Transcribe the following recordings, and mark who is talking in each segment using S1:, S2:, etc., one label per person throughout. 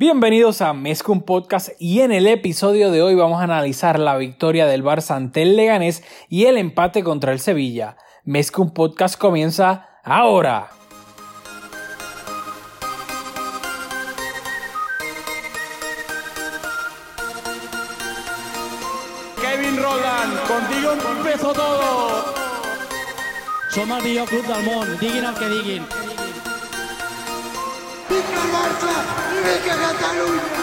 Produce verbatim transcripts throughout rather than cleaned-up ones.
S1: Bienvenidos a Mezcum Podcast y en el episodio de hoy vamos a analizar la victoria del Barça ante el Leganés y el empate contra el Sevilla. Mezcum Podcast comienza ahora.
S2: Kevin Roland, contigo empezó todo.
S3: Som el millor club del món, diguin el que diguin.
S4: Vinga el Barça i vinga Catalunya!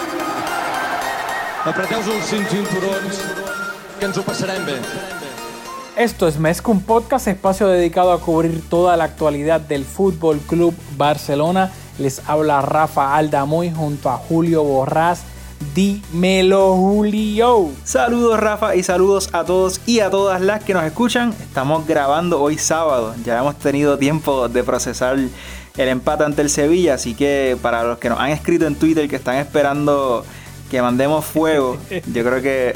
S2: Apreteu-vos els cinc cinturons, que ens ho passarem bé.
S1: Esto es Mezcum Podcast, espacio dedicado a cubrir toda la actualidad del Fútbol Club Barcelona. Les habla Rafa Aldamoy junto a Julio Borrás. Dímelo, Julio.
S5: Saludos, Rafa, y saludos a todos y a todas las que nos escuchan. Estamos grabando hoy sábado. Ya hemos tenido tiempo de procesar el empate ante el Sevilla, así que para los que nos han escrito en Twitter que están esperando que mandemos fuego, yo creo que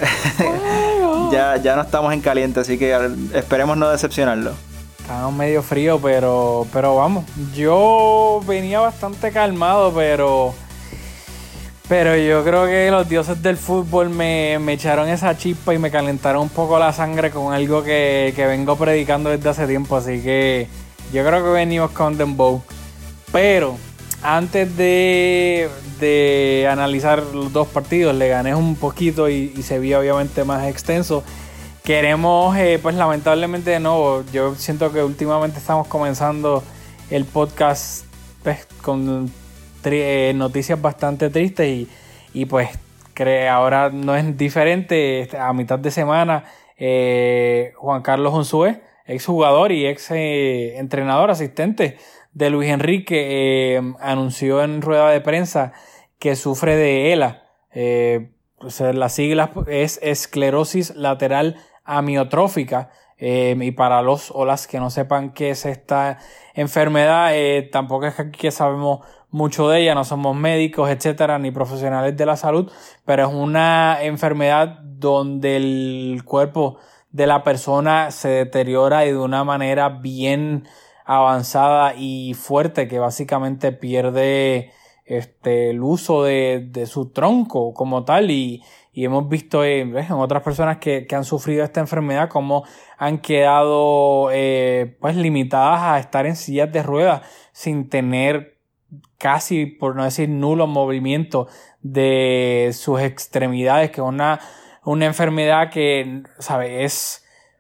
S5: ya, ya no estamos en caliente, así que esperemos no decepcionarlo.
S1: Estamos medio frío, pero, pero vamos. Yo venía bastante calmado, pero... Pero yo creo que los dioses del fútbol me, me echaron esa chispa y me calentaron un poco la sangre con algo que, que vengo predicando desde hace tiempo. Así que yo creo que venimos con Dembow. Pero antes de, de analizar los dos partidos, Leganés un poquito y, y Sevilla obviamente más extenso, queremos, eh, pues lamentablemente de nuevo, yo siento que últimamente estamos comenzando el podcast pues, con... noticias bastante tristes y, y pues cre- ahora no es diferente. A mitad de semana eh, Juan Carlos Unzué, ex jugador y ex eh, entrenador asistente de Luis Enrique, eh, anunció en rueda de prensa que sufre de E L A. Eh, o sea, las siglas es esclerosis lateral amiotrófica. Eh, y para los o las que no sepan qué es esta enfermedad, eh, tampoco es que sabemos mucho de ella, no somos médicos, etcétera, ni profesionales de la salud, pero es una enfermedad donde el cuerpo de la persona se deteriora y de una manera bien avanzada y fuerte, que básicamente pierde este el uso de, de su tronco como tal, y Y hemos visto eh, en otras personas que, que han sufrido esta enfermedad cómo han quedado eh, pues limitadas a estar en sillas de ruedas sin tener casi, por no decir nulo, movimiento de sus extremidades, que es una, una enfermedad que, ¿sabe? Es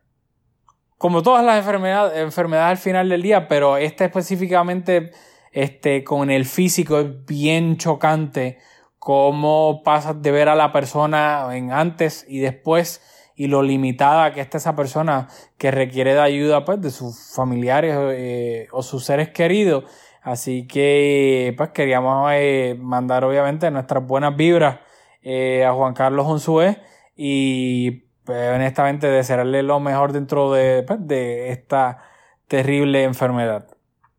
S1: como todas las enfermedades, enfermedades al final del día, pero esta específicamente este, con el físico es bien chocante. Cómo pasas de ver a la persona en antes y después y lo limitada que está esa persona que requiere de ayuda pues de sus familiares eh, o sus seres queridos. Así que pues queríamos eh, mandar obviamente nuestras buenas vibras eh, a Juan Carlos Unzué y pues, honestamente desearle lo mejor dentro de, pues, de esta terrible enfermedad.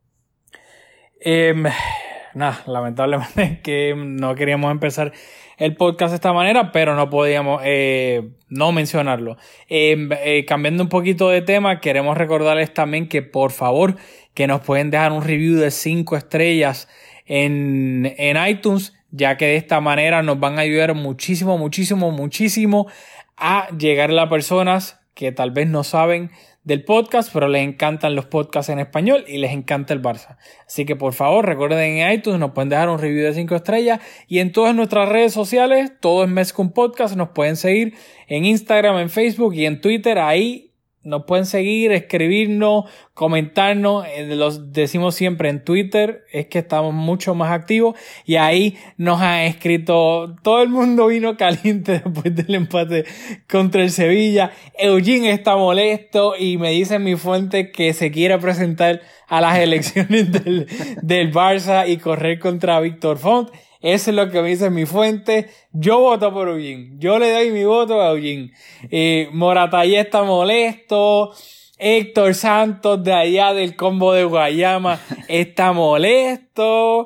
S1: Eh, Nada, lamentablemente es que no queríamos empezar el podcast de esta manera, pero no podíamos eh, no mencionarlo. Eh, eh, cambiando un poquito de tema, queremos recordarles también que por favor que nos pueden dejar un review de cinco estrellas en, en iTunes, ya que de esta manera nos van a ayudar muchísimo, muchísimo, muchísimo a llegar a las personas que tal vez no saben del podcast, pero les encantan los podcasts en español y les encanta el Barça. Así que por favor recuerden en iTunes, nos pueden dejar un review de cinco estrellas y en todas nuestras redes sociales, todo es Mezcum Podcast, nos pueden seguir en Instagram, en Facebook y en Twitter. Ahí nos pueden seguir, escribirnos, comentarnos. Eh, los decimos siempre en Twitter, es que estamos mucho más activos y ahí nos han escrito, todo el mundo vino caliente después del empate contra el Sevilla. Eugene está molesto y me dice mi fuente que se quiere presentar a las elecciones del, del Barça y correr contra Víctor Font. Eso es lo que me dice mi fuente. Yo voto por Eugene. Yo le doy mi voto a Eugene. Eh, Moratallé está molesto. Héctor Santos de allá del combo de Guayama está molesto.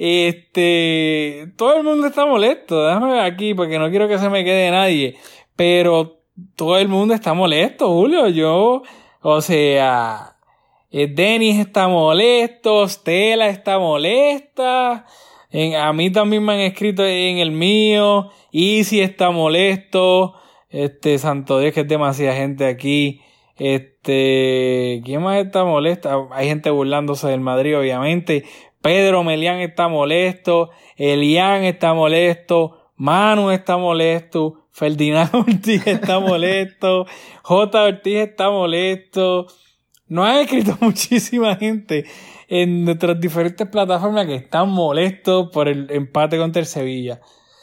S1: Este, todo el mundo está molesto. Déjame ver aquí porque no quiero que se me quede nadie. Pero todo el mundo está molesto, Julio. Yo, o sea, eh, Denis está molesto. Stella está molesta. En, a mí también me han escrito en el mío. Easy está molesto. Este, santo Dios, que es demasiada gente aquí. Este, ¿quién más está molesto? Hay gente burlándose del Madrid, obviamente. Pedro Melián está molesto. Elian está molesto. Manu está molesto. Ferdinand Ortiz está molesto. J. Ortiz está molesto. Nos han escrito muchísima gente en nuestras diferentes plataformas que están molestos por el empate contra el Sevilla.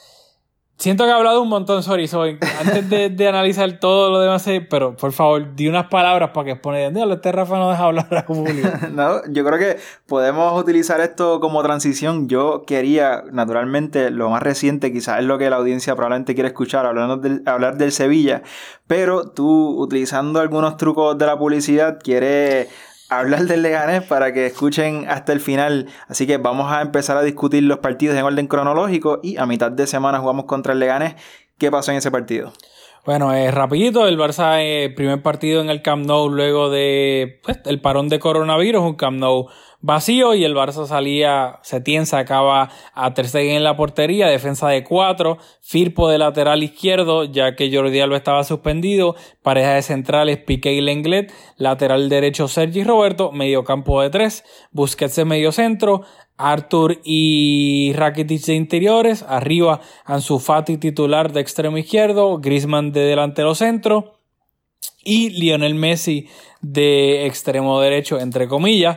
S1: Siento que he hablado un montón, sorry, soy. Antes de, de analizar todo lo demás, pero por favor, di unas palabras para que exponen. Diablo, este Rafa no deja hablar a Julio.
S5: No, yo creo que podemos utilizar esto como transición. Yo quería, naturalmente, lo más reciente, quizás es lo que la audiencia probablemente quiere escuchar, hablando del, hablar del Sevilla, pero tú, utilizando algunos trucos de la publicidad, quieres hablar del Leganés para que escuchen hasta el final. Así que vamos a empezar a discutir los partidos en orden cronológico y a mitad de semana jugamos contra el Leganés. ¿Qué pasó en ese partido?
S1: Bueno, eh, rapidito, el Barça, eh, primer partido en el Camp Nou luego de pues, el parón de coronavirus, un Camp Nou vacío y el Barça salía, Setién sacaba a Ter Stegen en la portería, defensa de cuatro, Firpo de lateral izquierdo, ya que Jordi Alba estaba suspendido, pareja de centrales Piqué y Lenglet, lateral derecho Sergi Roberto, mediocampo de tres, Busquets de medio centro, Arthur y Rakitic de interiores, arriba Ansu Fati titular de extremo izquierdo, Griezmann de delantero centro y Lionel Messi de extremo derecho, entre comillas.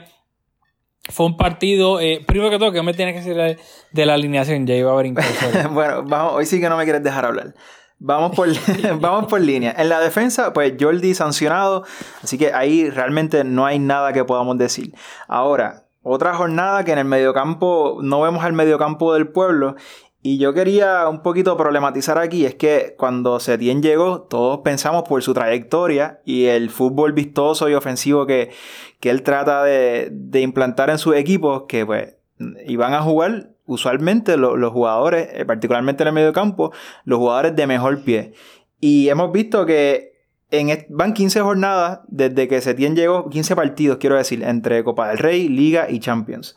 S1: Fue un partido, eh, primero que todo, que me tienes que decir de, de la alineación, ya iba a brincar.
S5: Bueno, vamos, hoy sí que no me quieres dejar hablar. Vamos por, vamos por línea. En la defensa, pues Jordi sancionado, así que ahí realmente no hay nada que podamos decir. Ahora, otra jornada que en el mediocampo, no vemos al mediocampo del Pueblo. Y yo quería un poquito problematizar aquí, es que cuando Setién llegó, todos pensamos por su trayectoria y el fútbol vistoso y ofensivo que, que él trata de, de implantar en sus equipos, que pues iban a jugar usualmente los, los jugadores, particularmente en el mediocampo, los jugadores de mejor pie. Y hemos visto que en est- van quince jornadas desde que Setién llegó, quince partidos quiero decir, entre Copa del Rey, Liga y Champions.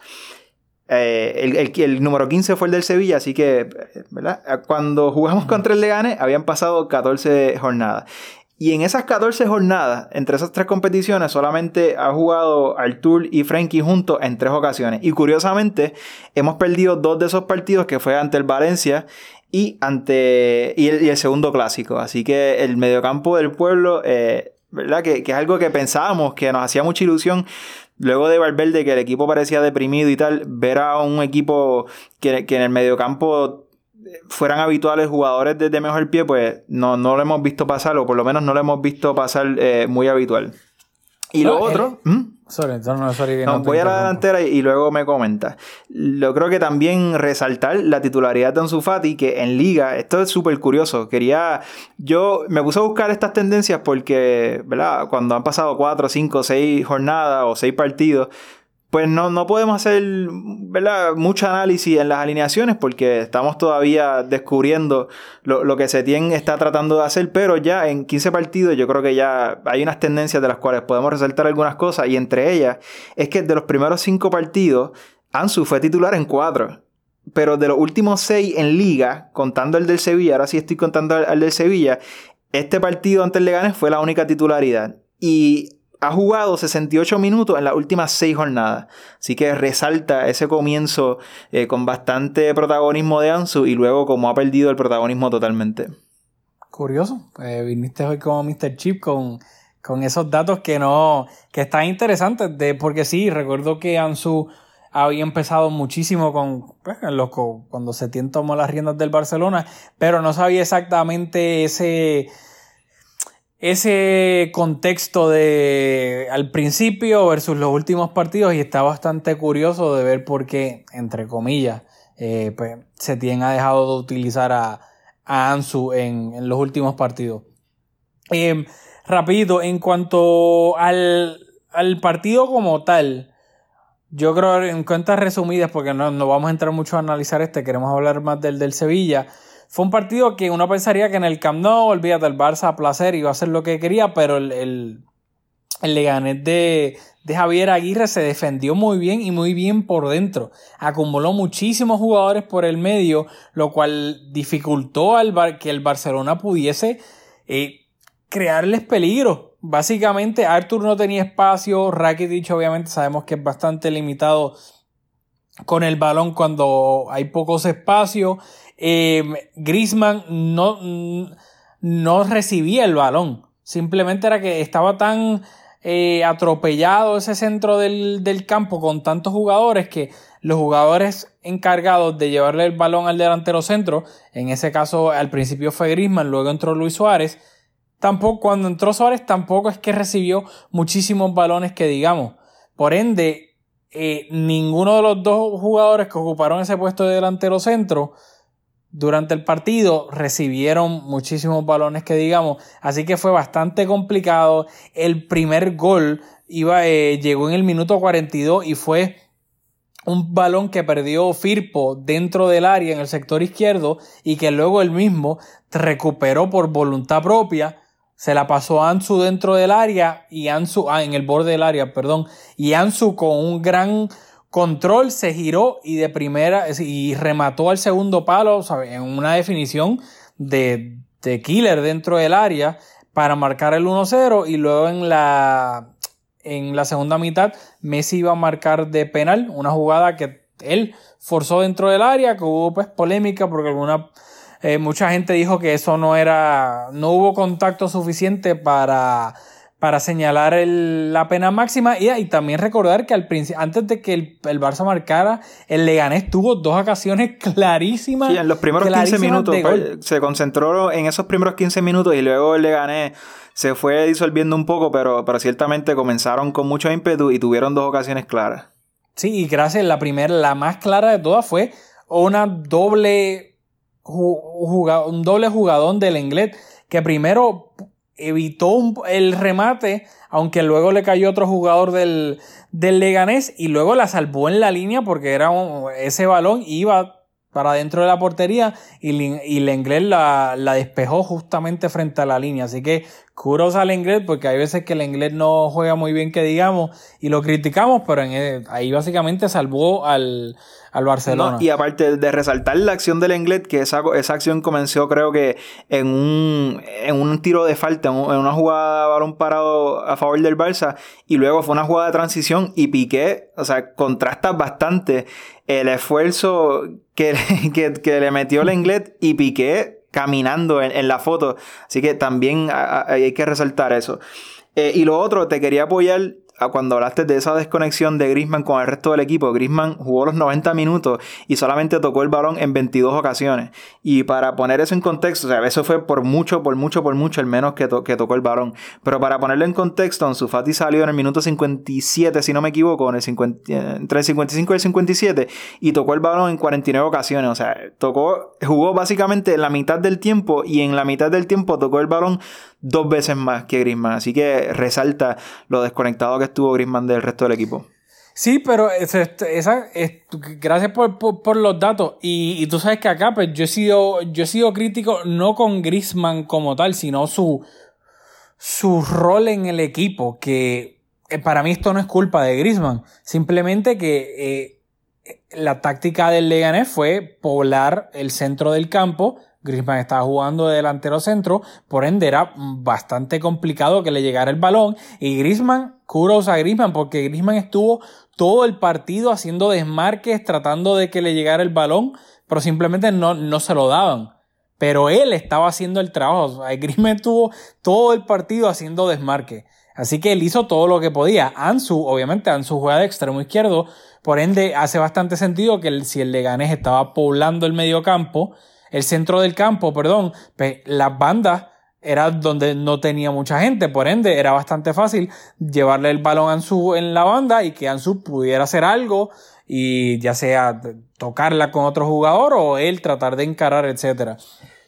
S5: Eh, el, el, el número quince fue el del Sevilla, así que, ¿verdad? Cuando jugamos contra el Leganés habían pasado catorce jornadas. Y en esas catorce jornadas, entre esas tres competiciones, solamente ha jugado Artur y Frenkie juntos en tres ocasiones. Y curiosamente, hemos perdido dos de esos partidos, que fue ante el Valencia y ante y el, y el segundo clásico. Así que el mediocampo del Pueblo, eh, ¿verdad? Que, que es algo que pensábamos, que nos hacía mucha ilusión. Luego de Valverde, que el equipo parecía deprimido y tal, ver a un equipo que, que en el mediocampo fueran habituales jugadores desde mejor pie, pues no, no lo hemos visto pasar, o por lo menos no lo hemos visto pasar eh, muy habitual. Y no, lo otro... Eh, ¿Mm?
S1: Sorry, no, sorry,
S5: no,
S1: no
S5: voy a la delantera y, y luego me comenta. Lo creo que también resaltar la titularidad de Ansu Fati, que en Liga, esto es súper curioso. Quería, yo me puse a buscar estas tendencias porque, ¿verdad? Cuando han pasado cuatro, cinco, seis jornadas o seis partidos, pues no, no podemos hacer, ¿verdad? Mucho análisis en las alineaciones porque estamos todavía descubriendo lo, lo que Setién está tratando de hacer, pero ya en quince partidos yo creo que ya hay unas tendencias de las cuales podemos resaltar algunas cosas, y entre ellas es que de los primeros cinco partidos Ansu fue titular en cuatro, pero de los últimos seis en Liga, contando el del Sevilla, ahora sí estoy contando al, al del Sevilla, este partido ante el Leganés fue la única titularidad y ha jugado sesenta y ocho minutos en las últimas seis jornadas. Así que resalta ese comienzo eh, con bastante protagonismo de Ansu y luego como ha perdido el protagonismo totalmente.
S1: Curioso. Eh, viniste hoy como mister Chip con, con esos datos que no que están interesantes. De, porque sí, recuerdo que Ansu había empezado muchísimo con pues, los, cuando Setién tomó las riendas del Barcelona, pero no sabía exactamente ese... ese contexto de al principio versus los últimos partidos, y está bastante curioso de ver por qué, entre comillas, eh, pues Setién ha dejado de utilizar a, a Ansu en, en los últimos partidos. Eh, rapidito, en cuanto al, al partido como tal, yo creo en cuentas resumidas, porque no, no vamos a entrar mucho a analizar este, queremos hablar más del del Sevilla. Fue un partido que uno pensaría que en el Camp Nou, olvídate, el Barça a placer iba a hacer lo que quería, pero el, el, el Leganés de, de Javier Aguirre se defendió muy bien y muy bien por dentro. Acumuló muchísimos jugadores por el medio, lo cual dificultó al Bar- que el Barcelona pudiese eh, crearles peligro. Básicamente Arthur no tenía espacio, Rakitic obviamente sabemos que es bastante limitado con el balón cuando hay pocos espacios. Eh, Griezmann no, no recibía el balón, simplemente era que estaba tan eh, atropellado ese centro del, del campo con tantos jugadores que los jugadores encargados de llevarle el balón al delantero centro, en ese caso al principio fue Griezmann, luego entró Luis Suárez. Tampoco, cuando entró Suárez tampoco es que recibió muchísimos balones que digamos. Por ende, eh, ninguno de los dos jugadores que ocuparon ese puesto de delantero centro durante el partido recibieron muchísimos balones que digamos. Así que fue bastante complicado. El primer gol iba, eh, llegó en el minuto cuarenta y dos y fue un balón que perdió Firpo dentro del área en el sector izquierdo y que luego él mismo recuperó por voluntad propia. Se la pasó a Ansu dentro del área y Ansu, ah, en el borde del área, perdón. Y Ansu con un gran control se giró y de primera y remató al segundo palo, ¿sabes? En una definición de, de killer dentro del área para marcar el uno cero y luego en la, en la segunda mitad Messi iba a marcar de penal, una jugada que él forzó dentro del área, que hubo pues polémica porque alguna Eh, mucha gente dijo que eso no era, no hubo contacto suficiente para, para señalar el, la pena máxima y, y también recordar que al principio, antes de que el, el Barça marcara, el Leganés tuvo dos ocasiones clarísimas.
S5: Sí, en los primeros quince minutos pues, se concentró en esos primeros quince minutos y luego el Leganés se fue disolviendo un poco, pero, pero ciertamente comenzaron con mucho ímpetu y tuvieron dos ocasiones claras.
S1: Sí, y gracias, la primera, la más clara de todas fue una doble un doble jugadón del Lenglet que primero evitó un, el remate, aunque luego le cayó otro jugador del, del Leganés y luego la salvó en la línea porque era un, ese balón iba para dentro de la portería y, y Lenglet la, la despejó justamente frente a la línea. Así que kudos a Lenglet porque hay veces que Lenglet no juega muy bien que digamos y lo criticamos, pero en, ahí básicamente salvó al, al Barcelona.
S5: No, y aparte de resaltar la acción del Lenglet, que esa, esa acción comenzó creo que en un, en un tiro de falta, en, un, en una jugada de balón parado a favor del Barça y luego fue una jugada de transición y Piqué, o sea, contrasta bastante el esfuerzo que, que, que le metió Lenglet y Piqué caminando en, en la foto. Así que también a, a, hay que resaltar eso. Eh, y lo otro, te quería apoyar a cuando hablaste de esa desconexión de Griezmann con el resto del equipo. Griezmann jugó los noventa minutos y solamente tocó el balón en veintidós ocasiones. Y para poner eso en contexto, o sea, eso fue por mucho, por mucho, por mucho el menos que, to- que tocó el balón. Pero para ponerlo en contexto, Ansu Fati salió en el minuto cincuenta y siete, si no me equivoco, en el cincuenta, entre el cincuenta y cinco y el cincuenta y siete, y tocó el balón en cuarenta y nueve ocasiones. O sea, tocó, jugó básicamente la mitad del tiempo y en la mitad del tiempo tocó el balón dos veces más que Griezmann. Así que resalta lo desconectado que estuvo Griezmann del resto del equipo.
S1: Sí, pero esa, esa, es, gracias por, por, por los datos. Y, y tú sabes que acá pues yo he sido, yo he sido crítico no con Griezmann como tal, sino su, su rol en el equipo. Que eh, para mí esto no es culpa de Griezmann. Simplemente que eh, la táctica del Leganés fue poblar el centro del campo. Griezmann estaba jugando de delantero centro, por ende era bastante complicado que le llegara el balón y Griezmann, kudos a Griezmann porque Griezmann estuvo todo el partido haciendo desmarques, tratando de que le llegara el balón, pero simplemente no, no se lo daban. Pero él estaba haciendo el trabajo. O sea, Griezmann estuvo todo el partido haciendo desmarques. Así que él hizo todo lo que podía. Ansu, obviamente, Ansu juega de extremo izquierdo, por ende hace bastante sentido que el, si el Leganés estaba poblando el medio campo, el centro del campo, perdón, pues las bandas era donde no tenía mucha gente, por ende era bastante fácil llevarle el balón a Ansu en la banda y que Ansu pudiera hacer algo y ya sea tocarla con otro jugador o él tratar de encarar, etcétera.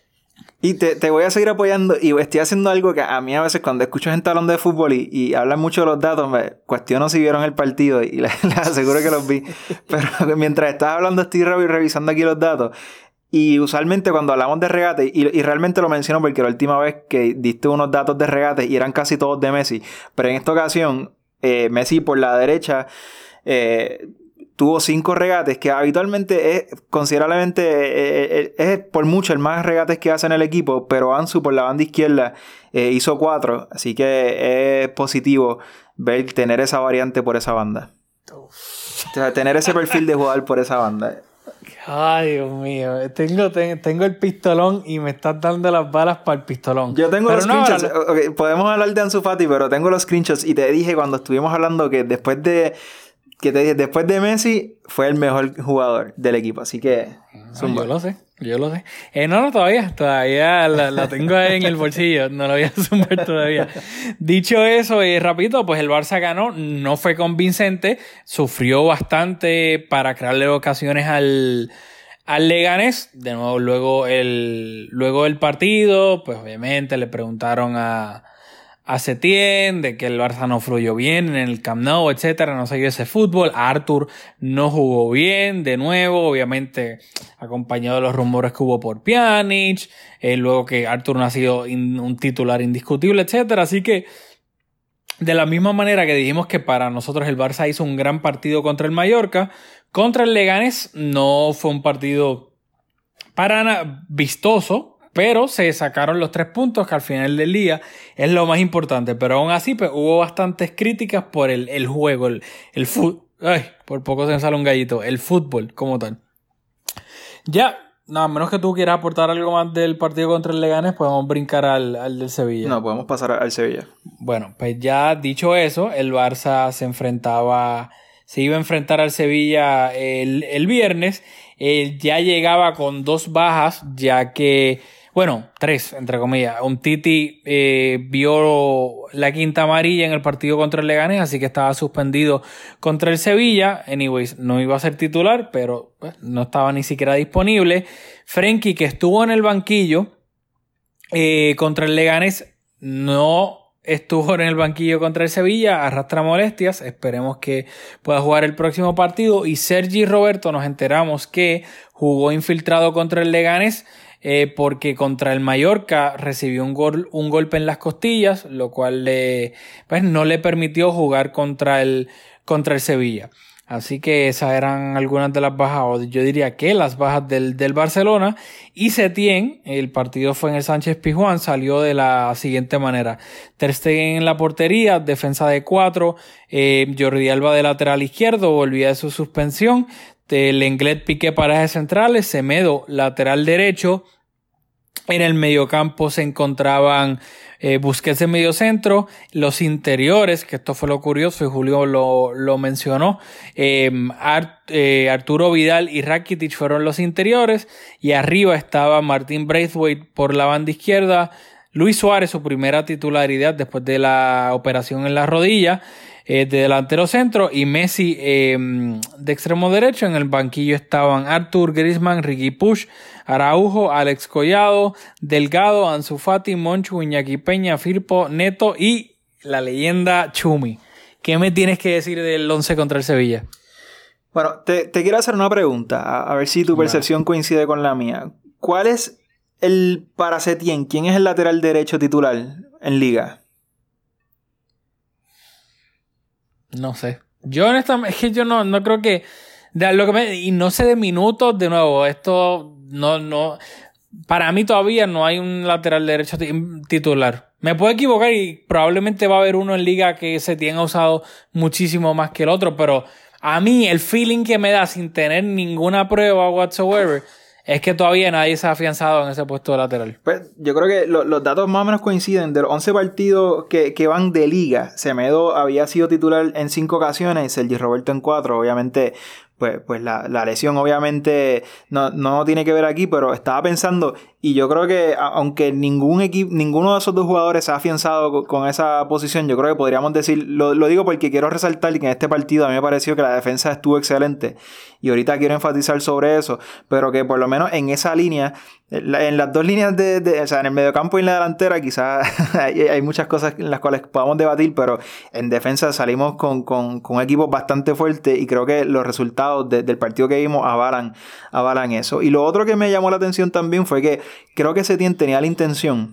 S5: Y te, te voy a seguir apoyando y estoy haciendo algo que a mí a veces cuando escucho gente hablando de fútbol y, y hablan mucho de los datos, me cuestiono si vieron el partido y les, les aseguro que los vi. Pero mientras estás hablando estoy revisando aquí los datos. Y usualmente cuando hablamos de regate, y, y realmente lo menciono porque la última vez que diste unos datos de regate y eran casi todos de Messi, pero en esta ocasión eh, Messi por la derecha eh, tuvo cinco regates, que habitualmente es considerablemente eh, eh, es por mucho el más regates que hace en el equipo, pero Ansu por la banda izquierda eh, hizo cuatro, así que es positivo ver tener esa variante por esa banda. O sea, tener ese perfil de jugador por esa banda.
S1: Ay, Dios mío. Tengo, ten, tengo el pistolón y me estás dando las balas para el pistolón.
S5: Yo tengo
S1: pero
S5: los
S1: no,
S5: screenshots.
S1: no.
S5: Okay, podemos hablar de Ansu Fati, pero tengo los screenshots. Y te dije cuando estuvimos hablando que después de... Que te dije, después de Messi, fue el mejor jugador del equipo. Así que...
S1: No, yo lo sé. Yo lo sé. Eh, no, no, todavía. Todavía la, la tengo ahí en el bolsillo. No lo voy a sumar todavía. Dicho eso, eh, rapidito, pues el Barça ganó. No fue convincente. Sufrió bastante para crearle ocasiones al... Al Leganés, de nuevo, luego el luego del partido, pues obviamente le preguntaron a, a Setién de que el Barça no fluyó bien en el Camp Nou, etcétera, no siguió ese fútbol. Arthur no jugó bien, de nuevo, obviamente acompañado de los rumores que hubo por Pjanic, eh, luego que Arthur no ha sido in, un titular indiscutible, etcétera, así que de la misma manera que dijimos que para nosotros el Barça hizo un gran partido contra el Mallorca, contra el Leganés no fue un partido para nada vistoso, pero se sacaron los tres puntos que al final del día es lo más importante. Pero aún así pues, hubo bastantes críticas por el, el juego, el, el fútbol. Ay, por poco se me sale un gallito. El fútbol como tal. Ya, nada menos que tú quieras aportar algo más del partido contra el Leganés, podemos brincar al, al del Sevilla.
S5: No, podemos pasar al Sevilla.
S1: Bueno, pues ya dicho eso, el Barça se enfrentaba... Se iba a enfrentar al Sevilla el, el viernes. Eh, ya llegaba con dos bajas, ya que... Bueno, tres, entre comillas. Umtiti eh, vio la quinta amarilla en el partido contra el Leganés, así que estaba suspendido contra el Sevilla. Anyways, no iba a ser titular, pero pues, no estaba ni siquiera disponible. Frenkie, que estuvo en el banquillo eh, contra el Leganés, no... estuvo en el banquillo contra el Sevilla, arrastra molestias, esperemos que pueda jugar el próximo partido. Y Sergi Roberto nos enteramos que jugó infiltrado contra el Leganés eh, porque contra el Mallorca recibió un, gol, un golpe en las costillas, lo cual le, pues, no le permitió jugar contra el, contra el Sevilla. Así que esas eran algunas de las bajas, o yo diría que las bajas del, del Barcelona. Y Setién, el partido fue en el Sánchez Pizjuán, salió de la siguiente manera. Ter Stegen en la portería, defensa de cuatro, eh, Jordi Alba de lateral izquierdo, volvía de su suspensión, Lenglet, Piqué, parajes centrales, Semedo lateral derecho. En el mediocampo se encontraban eh, Busquets en medio centro, los interiores, que esto fue lo curioso y Julio lo, lo mencionó, eh, Art, eh, Arturo Vidal y Rakitic fueron los interiores, y arriba estaba Martin Braithwaite por la banda izquierda, Luis Suárez, su primera titularidad después de la operación en la rodilla, eh, de delantero centro, y Messi eh, de extremo derecho. En el banquillo estaban Arthur, Griezmann, Riqui Puig, Araujo, Alex Collado, Delgado, Ansu Fati, Monchu, Iñaki Peña, Firpo, Neto y la leyenda Chumi. ¿Qué me tienes que decir del once contra el Sevilla?
S5: Bueno, te, te quiero hacer una pregunta, a, a ver si tu percepción coincide con la mía. ¿Cuál es el para Setién? ¿Quién es el lateral derecho titular en Liga?
S1: No sé. Yo honestamente, es que yo no, no creo que... De lo que me, y no sé de minutos, de nuevo, esto no, no... Para mí todavía no hay un lateral derecho titular. Me puedo equivocar y probablemente va a haber uno en Liga que Setién ha usado muchísimo más que el otro, pero a mí el feeling que me da sin tener ninguna prueba whatsoever es que todavía nadie se ha afianzado en ese puesto de lateral.
S5: Pues yo creo que lo, los datos más o menos coinciden. De los once partidos que, que van de Liga, Semedo había sido titular en cinco ocasiones y Sergi Roberto en cuatro. Obviamente, pues, pues la, la lesión obviamente no, no tiene que ver aquí, pero estaba pensando, y yo creo que aunque ningún equipo, ninguno de esos dos jugadores se ha afianzado con, con esa posición, yo creo que podríamos decir, lo, lo digo porque quiero resaltar que en este partido a mí me pareció que la defensa estuvo excelente, y ahorita quiero enfatizar sobre eso, pero que por lo menos en esa línea en las dos líneas de, de, o sea, en el mediocampo y en la delantera quizás hay, hay muchas cosas en las cuales podamos debatir, pero en defensa salimos con, con, con un equipo bastante fuerte y creo que los resultados de, del partido que vimos avalan, avalan eso. Y lo otro que me llamó la atención también fue que creo que Setién tenía la intención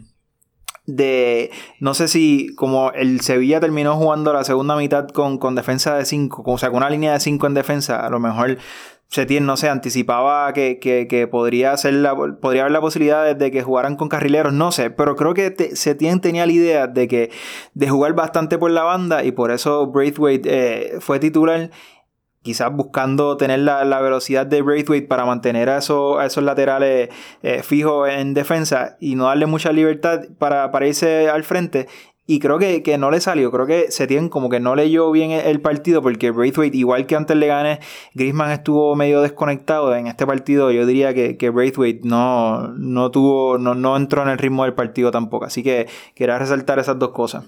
S5: de, no sé si como el Sevilla terminó jugando la segunda mitad con, con defensa de cinco, o sea, con una línea de cinco en defensa, a lo mejor Setién, no sé, anticipaba que, que, que podría, ser la, podría haber la posibilidad de, de que jugaran con carrileros, no sé, pero creo que te, Setién tenía la idea de que de jugar bastante por la banda y por eso Braithwaite eh, fue titular, quizás buscando tener la, la velocidad de Braithwaite para mantener a esos, a esos laterales eh, fijos en defensa y no darle mucha libertad para, para irse al frente. Y creo que, que no le salió. Creo que Setién como que no leyó bien el partido porque Braithwaite, igual que antes Leganés, Griezmann estuvo medio desconectado. En este partido yo diría que, que Braithwaite no, no tuvo, no, no entró en el ritmo del partido tampoco. Así que quería resaltar esas dos cosas.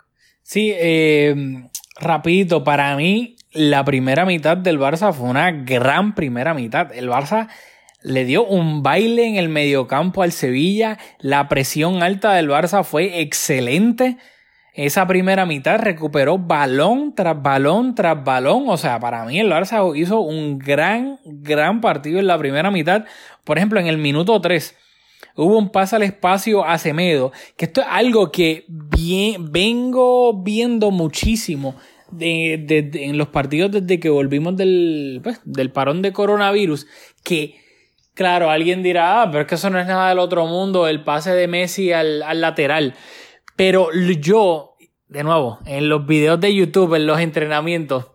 S1: Sí, eh, rapidito, para mí la primera mitad del Barça fue una gran primera mitad. El Barça le dio un baile en el mediocampo al Sevilla. La presión alta del Barça fue excelente. Esa primera mitad recuperó balón tras balón tras balón. O sea, para mí el Barça hizo un gran, gran partido en la primera mitad. Por ejemplo, en el minuto tres hubo un pase al espacio a Semedo, que esto es algo que bien, vengo viendo muchísimo de, de, de, en los partidos desde que volvimos del, pues, del parón de coronavirus, que claro, alguien dirá, ah, pero es que eso no es nada del otro mundo, el pase de Messi al, al lateral. Pero yo, de nuevo, en los videos de YouTube, en los entrenamientos,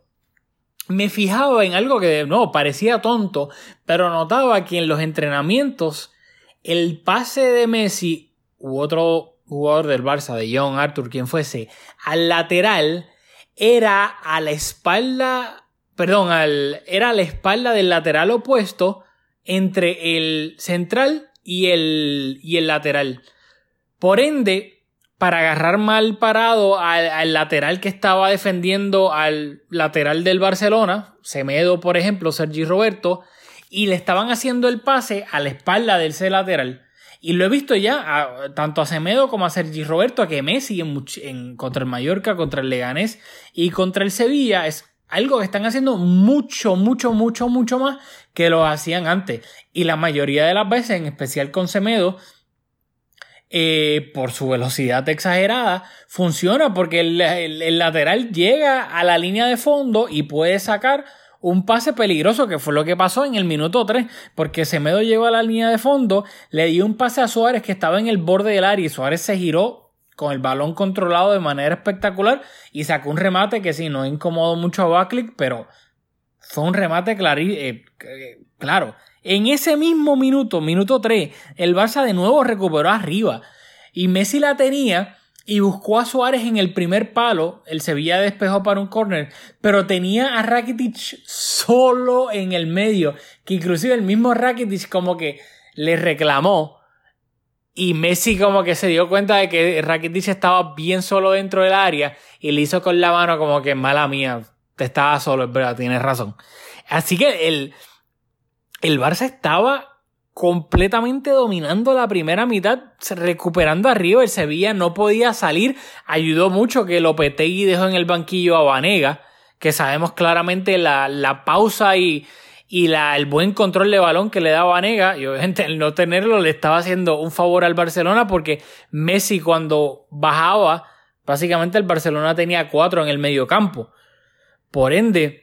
S1: me fijaba en algo que, no, parecía tonto, pero notaba que en los entrenamientos, el pase de Messi u otro jugador del Barça, de John Arthur, quien fuese, al lateral, era a la espalda, perdón, al, era a la espalda del lateral opuesto entre el central y el, y el lateral. Por ende, para agarrar mal parado al, al lateral que estaba defendiendo al lateral del Barcelona, Semedo, por ejemplo, Sergi Roberto, y le estaban haciendo el pase a la espalda del ese lateral. Y lo he visto ya, a, tanto a Semedo como a Sergi Roberto, a que Messi en, en, contra el Mallorca, contra el Leganés y contra el Sevilla es algo que están haciendo mucho, mucho, mucho, mucho más que lo hacían antes. Y la mayoría de las veces, en especial con Semedo, eh, por su velocidad exagerada, funciona porque el, el, el lateral llega a la línea de fondo y puede sacar un pase peligroso, que fue lo que pasó en el minuto tres, porque Semedo llegó a la línea de fondo, le dio un pase a Suárez que estaba en el borde del área y Suárez se giró con el balón controlado de manera espectacular y sacó un remate que sí, no incomodó mucho a Backlick, pero fue un remate clari- eh, eh, claro. En ese mismo minuto, minuto tres, el Barça de nuevo recuperó arriba y Messi la tenía y buscó a Suárez en el primer palo. El Sevilla despejó para un córner, pero tenía a Rakitic solo en el medio, que inclusive el mismo Rakitic como que le reclamó y Messi como que se dio cuenta de que Rakitic estaba bien solo dentro del área y le hizo con la mano como que mala mía, te estaba solo, es verdad, tienes razón. Así que el El Barça estaba completamente dominando la primera mitad, recuperando arriba. El Sevilla no podía salir. Ayudó mucho que Lopetegui dejó en el banquillo a Banega, que sabemos claramente la, la pausa y, y la, el buen control de balón que le da Banega. Y obviamente el no tenerlo le estaba haciendo un favor al Barcelona, porque Messi cuando bajaba, básicamente el Barcelona tenía cuatro en el mediocampo. Por ende,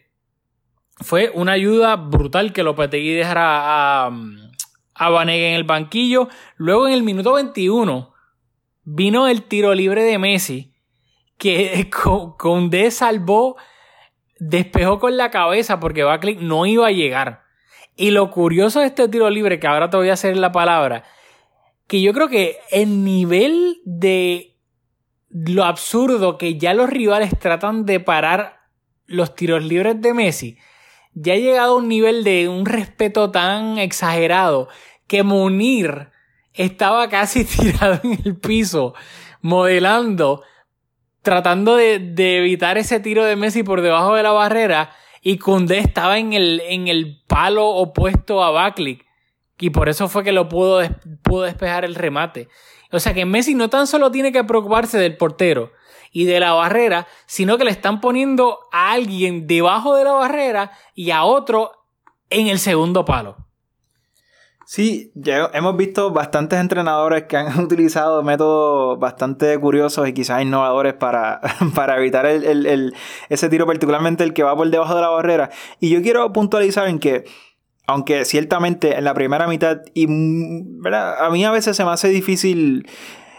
S1: fue una ayuda brutal que Lopetegui dejara a, a Banega en el banquillo. Luego en el minuto veintiuno vino el tiro libre de Messi, que Koundé salvó, despejó con la cabeza porque Backlick no iba a llegar. Y lo curioso de este tiro libre, que ahora te voy a hacer la palabra, que yo creo que el nivel de lo absurdo que ya los rivales tratan de parar los tiros libres de Messi, ya ha llegado a un nivel de un respeto tan exagerado que Munir estaba casi tirado en el piso, modelando, tratando de, de evitar ese tiro de Messi por debajo de la barrera, y Koundé estaba en el, en el palo opuesto a Backlick, y por eso fue que lo pudo, des- pudo despejar el remate. O sea que Messi no tan solo tiene que preocuparse del portero y de la barrera, sino que le están poniendo a alguien debajo de la barrera y a otro en el segundo palo.
S5: Sí, ya hemos visto bastantes entrenadores que han utilizado métodos bastante curiosos y quizás innovadores para, para evitar el, el, el, ese tiro, particularmente el que va por debajo de la barrera. Y yo quiero puntualizar en que, aunque ciertamente en la primera mitad, y ¿verdad? A mí a veces se me hace difícil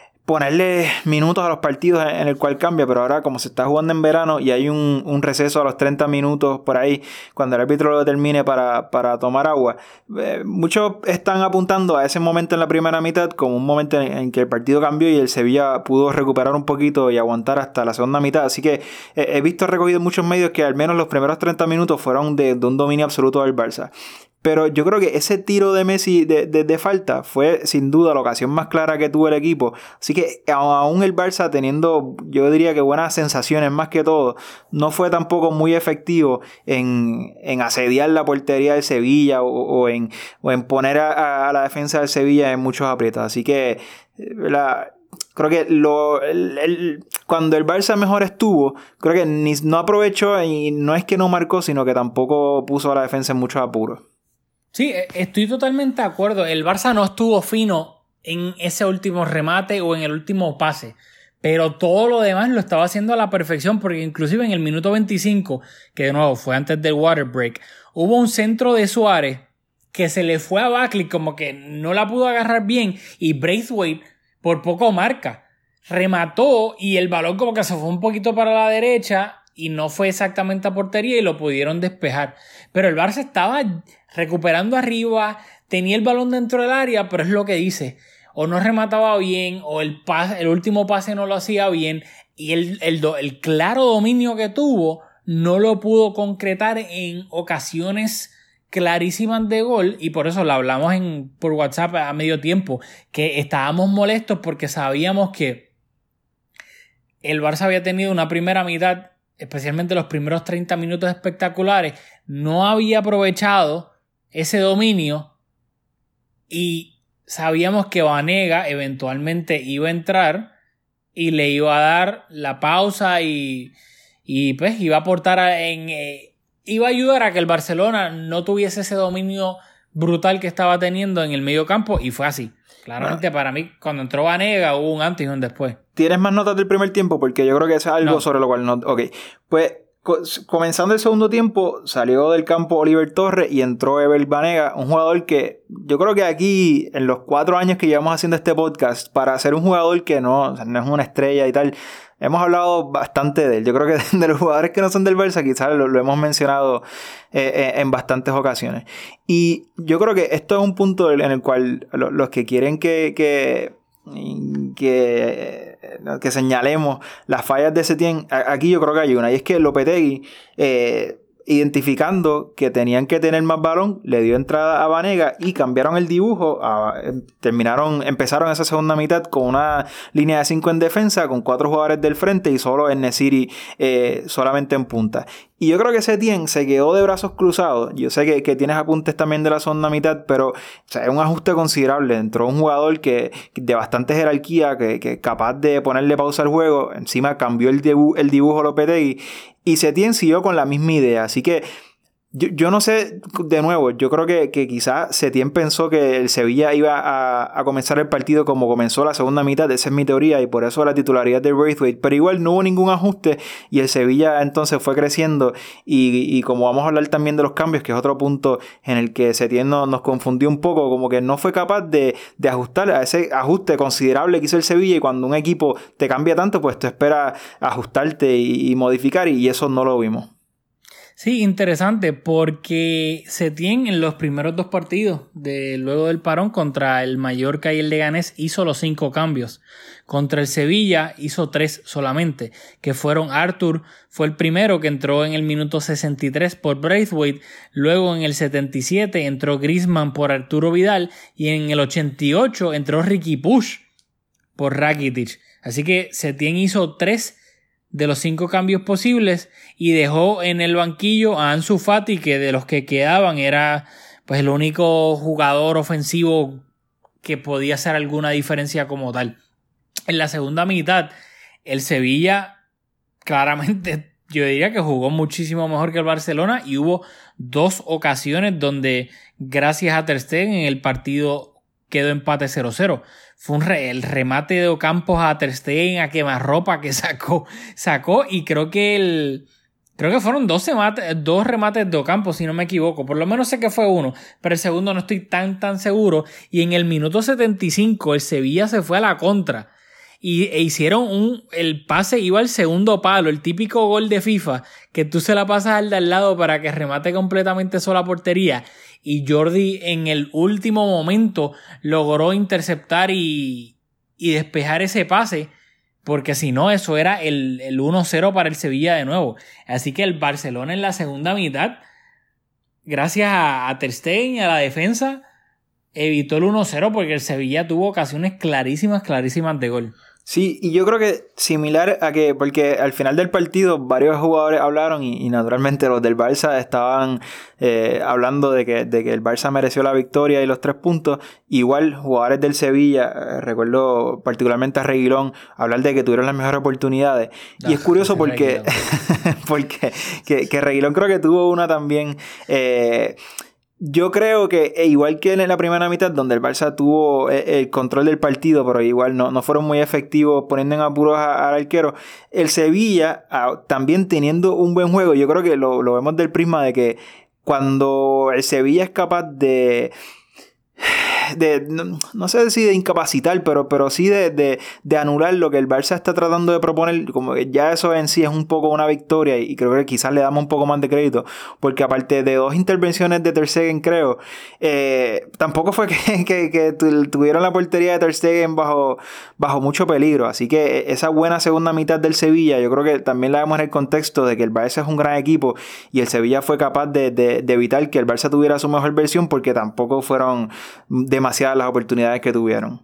S5: ponerle minutos a los partidos en el cual cambia, pero ahora como se está jugando en verano y hay un, un receso a los treinta minutos por ahí, cuando el árbitro lo termine para, para tomar agua, eh, muchos están apuntando a ese momento en la primera mitad como un momento en, en que el partido cambió y el Sevilla pudo recuperar un poquito y aguantar hasta la segunda mitad, así que eh, he visto recogido en muchos medios que al menos los primeros treinta minutos fueron de, de un dominio absoluto del Barça. Pero yo creo que ese tiro de Messi de, de, de falta fue sin duda la ocasión más clara que tuvo el equipo. Así que aún el Barça teniendo, yo diría que buenas sensaciones más que todo, no fue tampoco muy efectivo en, en asediar la portería del Sevilla o, o, en, o en poner a, a la defensa del Sevilla en muchos aprietos. Así que la... Creo que lo, el, el, cuando el Barça mejor estuvo, creo que ni, no aprovechó y no es que no marcó, sino que tampoco puso a la defensa en muchos apuros.
S1: Sí, estoy totalmente de acuerdo. El Barça no estuvo fino en ese último remate o en el último pase, pero todo lo demás lo estaba haciendo a la perfección, porque inclusive en el minuto veinticinco, que de nuevo fue antes del water break, hubo un centro de Suárez que se le fue a Bakley, como que no la pudo agarrar bien, y Braithwaite por poco marca, remató y el balón como que se fue un poquito para la derecha y no fue exactamente a portería y lo pudieron despejar. Pero el Barça estaba recuperando arriba, tenía el balón dentro del área, pero es lo que dice, o no remataba bien, o el, pase, el último pase no lo hacía bien, y el, el, el claro dominio que tuvo no lo pudo concretar en ocasiones clarísimas de gol, y por eso lo hablamos en, por WhatsApp a medio tiempo, que estábamos molestos porque sabíamos que el Barça había tenido una primera mitad, especialmente los primeros treinta minutos espectaculares, no había aprovechado ese dominio y sabíamos que Banega eventualmente iba a entrar y le iba a dar la pausa y, y pues iba a aportar en... Eh, iba a ayudar a que el Barcelona no tuviese ese dominio brutal que estaba teniendo en el medio campo, y fue así. Claramente, para mí, cuando entró Banega, hubo un antes y un después.
S5: ¿Tienes más notas del primer tiempo? Porque yo creo que eso es algo no. sobre lo cual no... Ok, pues co- comenzando el segundo tiempo, salió del campo Oliver Torres y entró Ever Banega, un jugador que yo creo que aquí, en los cuatro años que llevamos haciendo este podcast, para ser un jugador que no, o sea, no es una estrella y tal... Hemos hablado bastante de él. Yo creo que de los jugadores que no son del Barça quizás lo, lo hemos mencionado eh, en bastantes ocasiones. Y yo creo que esto es un punto en el cual los que quieren que, que, que, que señalemos las fallas de Setién, aquí yo creo que hay una. Y es que Lopetegui, eh, identificando que tenían que tener más balón, le dio entrada a Banega y cambiaron el dibujo. A, terminaron, empezaron esa segunda mitad con una línea de cinco en defensa, con cuatro jugadores del frente y solo En-Nesyri eh, solamente en punta. Y yo creo que Setién se quedó de brazos cruzados. Yo sé que, que tienes apuntes también de la segunda mitad, pero o sea, es un ajuste considerable. Entró un jugador que de bastante jerarquía, que, que capaz de ponerle pausa al juego. Encima cambió el, dibu- el dibujo Lopetegui. Y Setién siguió con la misma idea. Así que yo, yo no sé, de nuevo, yo creo que, que quizás Setién pensó que el Sevilla iba a, a comenzar el partido como comenzó la segunda mitad. Esa es mi teoría y por eso la titularidad de Braithwaite. Pero igual no hubo ningún ajuste y el Sevilla entonces fue creciendo. Y, y como vamos a hablar también de los cambios, que es otro punto en el que Setién no, nos confundió un poco, como que no fue capaz de, de ajustar a ese ajuste considerable que hizo el Sevilla. Y cuando un equipo te cambia tanto, pues tú esperas ajustarte y, y modificar, y eso no lo vimos.
S1: Sí, interesante, porque Setién en los primeros dos partidos de luego del parón contra el Mallorca y el Leganés hizo los cinco cambios. Contra el Sevilla hizo tres solamente, que fueron Arthur, fue el primero que entró en el minuto sesenta y tres por Braithwaite, luego en el setenta y siete entró Griezmann por Arturo Vidal y en el ochenta y ocho entró Riqui Puig por Rakitic. Así que Setién hizo tres de los cinco cambios posibles y dejó en el banquillo a Ansu Fati, que de los que quedaban era pues el único jugador ofensivo que podía hacer alguna diferencia como tal. En la segunda mitad, el Sevilla claramente yo diría que jugó muchísimo mejor que el Barcelona y hubo dos ocasiones donde gracias a Ter Stegen el partido quedó empate cero cero. Fue un re, el remate de Ocampos a Ter Stegen a quemarropa que sacó, sacó y creo que el creo que fueron dos remates, dos remates de Ocampos si no me equivoco, por lo menos sé que fue uno, pero el segundo no estoy tan tan seguro y en el minuto setenta y cinco el Sevilla se fue a la contra. Y e hicieron un, el pase iba al segundo palo, el típico gol de FIFA, que tú se la pasas al de al lado para que remate completamente sola portería. Y Jordi en el último momento logró interceptar y, y despejar ese pase, porque si no, eso era el, el uno cero para el Sevilla de nuevo. Así que el Barcelona en la segunda mitad, gracias a, a Ter Stegen y a la defensa, evitó el uno cero porque el Sevilla tuvo ocasiones clarísimas, clarísimas de gol.
S5: Sí, y yo creo que similar a que, porque al final del partido varios jugadores hablaron y, y naturalmente los del Barça estaban eh, hablando de que, de que el Barça mereció la victoria y los tres puntos. Igual jugadores del Sevilla, eh, recuerdo particularmente a Reguilón, hablar de que tuvieron las mejores oportunidades. No, y es curioso porque, porque que, que Reguilón creo que tuvo una también... Eh, Yo creo que igual que en la primera mitad donde el Barça tuvo el control del partido, pero igual no, no fueron muy efectivos poniendo en apuros al arquero, el Sevilla también teniendo un buen juego, yo creo que lo, lo vemos del prisma de que cuando el Sevilla es capaz de... De, no, no sé si de incapacitar, pero, pero sí de, de, de anular lo que el Barça está tratando de proponer, como que ya eso en sí es un poco una victoria y creo que quizás le damos un poco más de crédito, porque aparte de dos intervenciones de Ter Stegen creo, eh, tampoco fue que, que, que tuvieron la portería de Ter Stegen bajo, bajo mucho peligro, así que esa buena segunda mitad del Sevilla yo creo que también la vemos en el contexto de que el Barça es un gran equipo y el Sevilla fue capaz de, de, de evitar que el Barça tuviera su mejor versión porque tampoco fueron de demasiadas las oportunidades que tuvieron.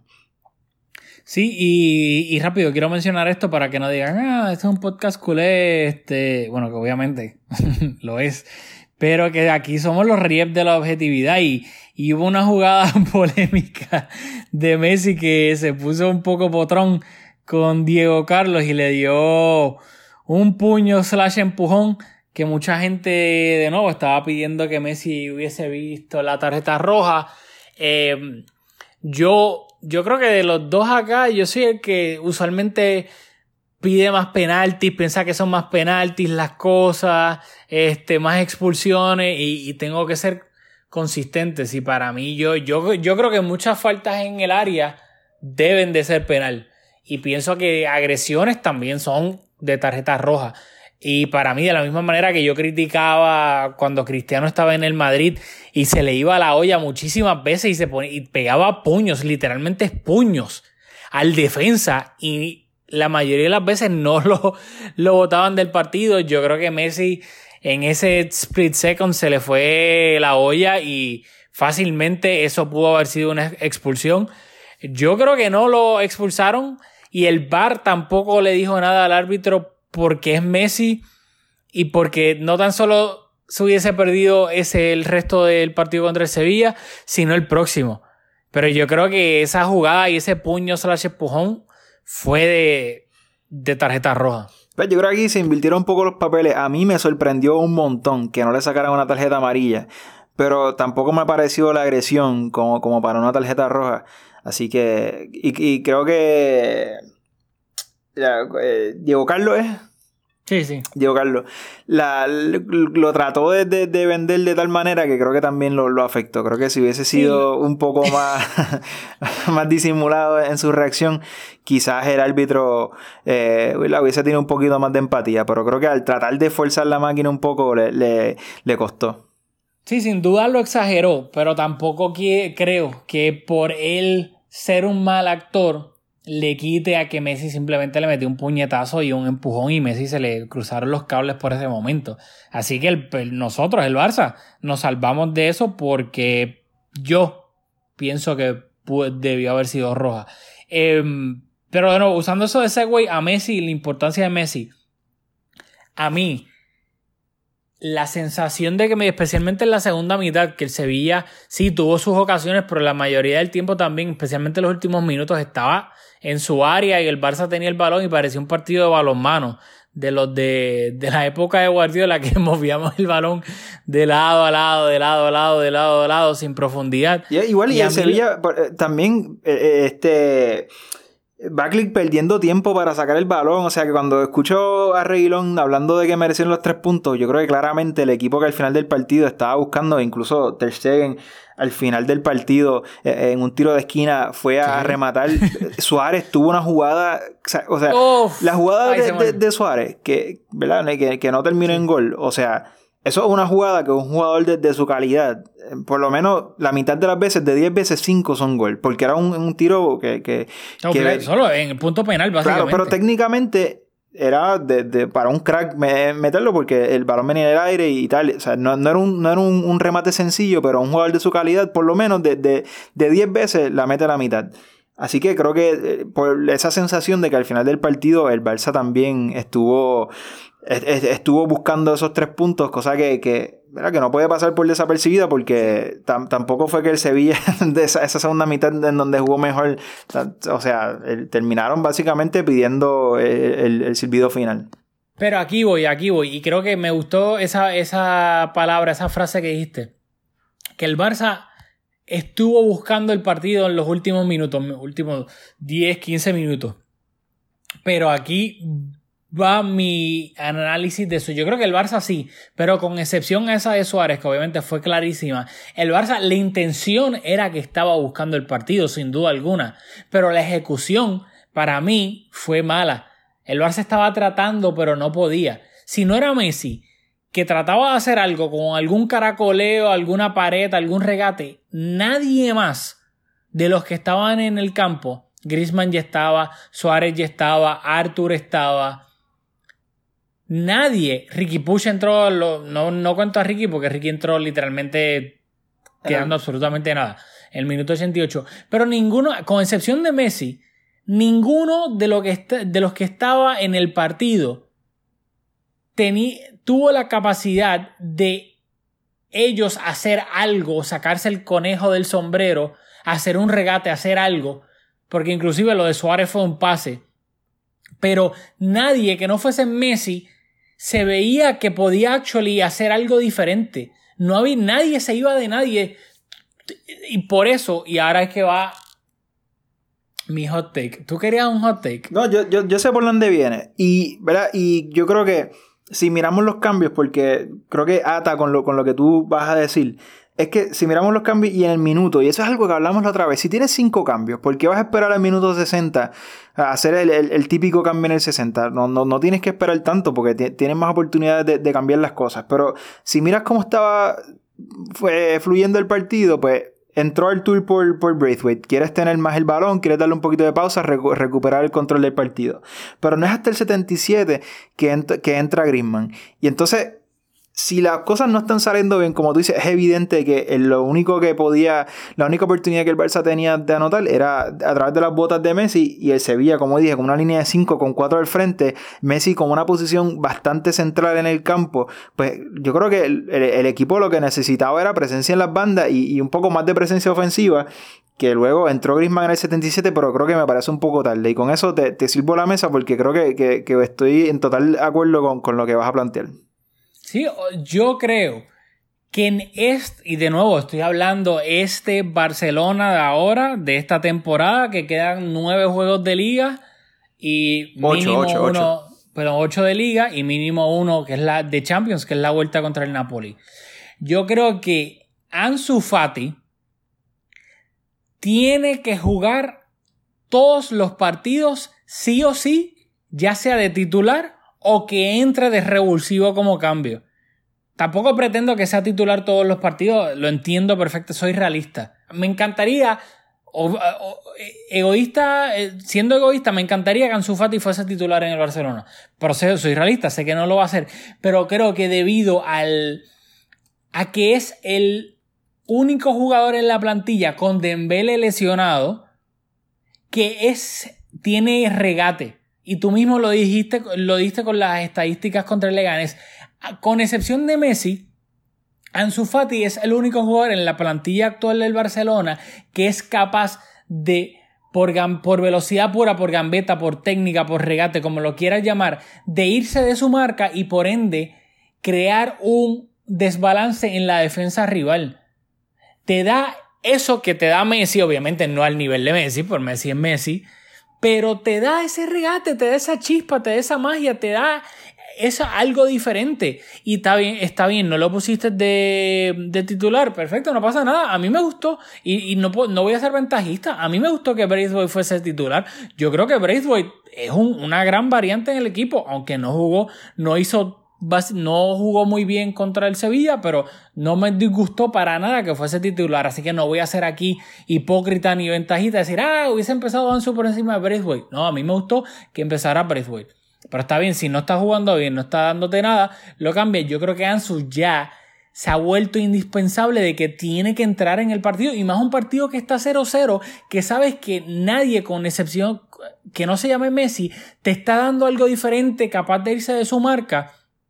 S1: Sí, y, y rápido, quiero mencionar esto para que no digan, ah, este es un podcast culé, este, bueno, que obviamente lo es, pero que aquí somos los reyes de la objetividad y, y hubo una jugada polémica de Messi que se puso un poco potrón con Diego Carlos y le dio un puño slash empujón que mucha gente de nuevo estaba pidiendo que Messi hubiese visto la tarjeta roja. Eh, yo, yo creo que de los dos acá, yo soy el que usualmente pide más penaltis, piensa que son más penaltis las cosas, este, más expulsiones y, y tengo que ser consistente. Y para mí, yo, yo, yo creo que muchas faltas en el área deben de ser penal y pienso que agresiones también son de tarjeta roja. Y para mí, de la misma manera que yo criticaba cuando Cristiano estaba en el Madrid y se le iba la olla muchísimas veces y se ponía, y pegaba puños, literalmente puños, al defensa y la mayoría de las veces no lo, lo botaban del partido. Yo creo que Messi en ese split second se le fue la olla y fácilmente eso pudo haber sido una expulsión. Yo creo que no lo expulsaron y el V A R tampoco le dijo nada al árbitro porque es Messi y porque no tan solo se hubiese perdido ese el resto del partido contra el Sevilla, sino el próximo. Pero yo creo que esa jugada y ese puño slash empujón fue de, de tarjeta roja.
S5: Pues yo creo que aquí se invirtieron un poco los papeles. A mí me sorprendió un montón que no le sacaran una tarjeta amarilla, pero tampoco me pareció la agresión como, como para una tarjeta roja. Así que, y, y creo que... Ya, eh, Diego Carlos es.
S1: Sí, sí.
S5: Diego Carlos. La, lo, lo trató de, de, de vender de tal manera que creo que también lo, lo afectó. Creo que si hubiese sido sí. un poco más, más disimulado en su reacción, quizás el árbitro eh, hubiese tenido un poquito más de empatía. Pero creo que al tratar de forzar la máquina un poco le, le, le costó.
S1: Sí, sin duda lo exageró, pero tampoco que, creo que por él ser un mal actor le quite a que Messi simplemente le metió un puñetazo y un empujón y Messi se le cruzaron los cables por ese momento. Así que el, el, nosotros, el Barça, nos salvamos de eso porque yo pienso que pude, debió haber sido roja. Eh, pero de nuevo, usando eso de segue a Messi, la importancia de Messi, a mí, la sensación de que, me, especialmente en la segunda mitad, que el Sevilla sí tuvo sus ocasiones, pero la mayoría del tiempo también, especialmente en los últimos minutos, estaba en su área y el Barça tenía el balón y parecía un partido de balonmano de los de, de la época de Guardiola, que movíamos el balón de lado a lado, de lado a lado, de lado a lado, sin profundidad.
S5: Y, igual y, y el Sevilla eh, también eh, este Backlick perdiendo tiempo para sacar el balón. O sea que cuando escucho a Reguilón hablando de que merecieron los tres puntos, yo creo que claramente el equipo que al final del partido estaba buscando, incluso Ter Stegen al final del partido eh, en un tiro de esquina fue a sí. rematar. Suárez tuvo una jugada, o sea, Uf, la jugada de, de, de Suárez que, ¿verdad? Que, que no terminó sí. en gol, o sea, eso es una jugada que un jugador de, de su calidad, por lo menos la mitad de las veces, de diez veces, cinco son gol. Porque era un, un tiro que... que,
S1: no,
S5: que
S1: solo en el punto penal, básicamente.
S5: Claro, pero técnicamente era de, de, para un crack meterlo porque el balón venía en el aire y tal. O sea, no, no era, un, no era un, un remate sencillo, pero un jugador de su calidad, por lo menos de, de, de diez veces la mete a la mitad. Así que creo que eh, por esa sensación de que al final del partido el Barça también estuvo... estuvo buscando esos tres puntos, cosa que, que, ¿verdad? que no puede pasar por desapercibida porque tam, tampoco fue que el Sevilla de esa, esa segunda mitad en donde jugó mejor, o sea, el, terminaron básicamente pidiendo el, el, el silbido final.
S1: Pero aquí voy, aquí voy, y creo que me gustó esa, esa palabra, esa frase que dijiste, que el Barça estuvo buscando el partido en los últimos minutos, los últimos diez, quince minutos, pero aquí va mi análisis de eso. Yo creo que el Barça sí, pero con excepción a esa de Suárez, que obviamente fue clarísima, el Barça, la intención era que estaba buscando el partido, sin duda alguna, pero la ejecución para mí fue mala. El Barça estaba tratando, pero no podía. Si no era Messi, que trataba de hacer algo con algún caracoleo, alguna pared, algún regate, nadie más de los que estaban en el campo, Griezmann ya estaba, Suárez ya estaba, Arthur estaba... Nadie, Riqui Puig entró, lo, no, no cuento a Riqui porque Riqui entró literalmente quedando uh-huh. absolutamente nada, en el minuto ochenta y ocho, pero ninguno, con excepción de Messi, ninguno de, lo que est- de los que estaba en el partido tení, tuvo la capacidad de ellos hacer algo, sacarse el conejo del sombrero, hacer un regate, hacer algo, porque inclusive lo de Suárez fue un pase, pero nadie que no fuese Messi se veía que podía actually hacer algo diferente. No había, nadie se iba de nadie. Y por eso, y ahora es que va mi hot take. ¿Tú querías un hot take?
S5: No, yo, yo, yo sé por dónde viene. Y, ¿verdad? Y yo creo que si miramos los cambios, porque creo que ata con lo, con lo que tú vas a decir, es que si miramos los cambios y en el minuto, y eso es algo que hablamos la otra vez, si tienes cinco cambios, ¿por qué vas a esperar al minuto sesenta a hacer el, el, el típico cambio en el sesenta? No, no, no tienes que esperar tanto porque t- tienes más oportunidades de, de cambiar las cosas. Pero si miras cómo estaba fue, fluyendo el partido, pues entró Arthur por, por Braithwaite. Quieres tener más el balón, quieres darle un poquito de pausa, recu- recuperar el control del partido. Pero no es hasta el setenta y siete que, ent- que entra Griezmann. Y entonces... si las cosas no están saliendo bien, como tú dices, es evidente que lo único que podía, la única oportunidad que el Barça tenía de anotar era a través de las botas de Messi, y el Sevilla, como dije, con una línea de cinco con cuatro al frente, Messi con una posición bastante central en el campo. Pues yo creo que el, el, el equipo lo que necesitaba era presencia en las bandas y, y un poco más de presencia ofensiva, que luego entró Griezmann en el setenta y siete, pero creo que me parece un poco tarde, y con eso te, te sirvo la mesa porque creo que, que, que estoy en total acuerdo con, con lo que vas a plantear.
S1: Sí, yo creo que en este, y de nuevo estoy hablando este Barcelona de ahora, de esta temporada, que quedan nueve juegos de liga y
S5: ocho,
S1: mínimo
S5: ocho,
S1: uno,
S5: ocho.
S1: Pero ocho de liga y mínimo uno que es la de Champions, que es la vuelta contra el Napoli. Yo creo que Ansu Fati tiene que jugar todos los partidos sí o sí, ya sea de titular o que entre de revulsivo como cambio. Tampoco pretendo que sea titular todos los partidos, lo entiendo perfecto, soy realista. Me encantaría, o, o, egoísta, siendo egoísta, me encantaría que Ansu Fati fuese titular en el Barcelona. Pero soy realista, sé que no lo va a hacer. Pero creo que debido al a que es el único jugador en la plantilla con Dembélé lesionado que es tiene regate. Y tú mismo lo dijiste, lo dijiste con las estadísticas contra el Leganés. con excepción de Messi, Ansu Fati es el único jugador en la plantilla actual del Barcelona que es capaz de, por, por velocidad pura, por gambeta, por técnica, por regate, como lo quieras llamar, de irse de su marca y por ende crear un desbalance en la defensa rival. Te da eso que te da Messi, obviamente no al nivel de Messi, por Messi es Messi, pero te da ese regate, te da esa chispa, te da esa magia, te da eso, algo diferente. Y está bien, está bien, no lo pusiste de, de titular, perfecto, no pasa nada. A mí me gustó, y, y no, no voy a ser ventajista, a mí me gustó que Braithwaite fuese titular. Yo creo que Braithwaite es un, una gran variante en el equipo, aunque no jugó, no hizo... no jugó muy bien contra el Sevilla, pero no me disgustó para nada que fuese titular, así que no voy a ser aquí hipócrita ni ventajita, decir, ah, hubiese empezado Ansu por encima de Braithwaite. No, a mí me gustó que empezara Braithwaite, pero está bien, si no está jugando bien, no está dándote nada, lo cambias. Yo creo que Ansu ya se ha vuelto indispensable de que tiene que entrar en el partido, y más un partido que está cero cero, que sabes que nadie, con excepción que no se llame Messi, te está dando algo diferente, capaz de irse de su marca.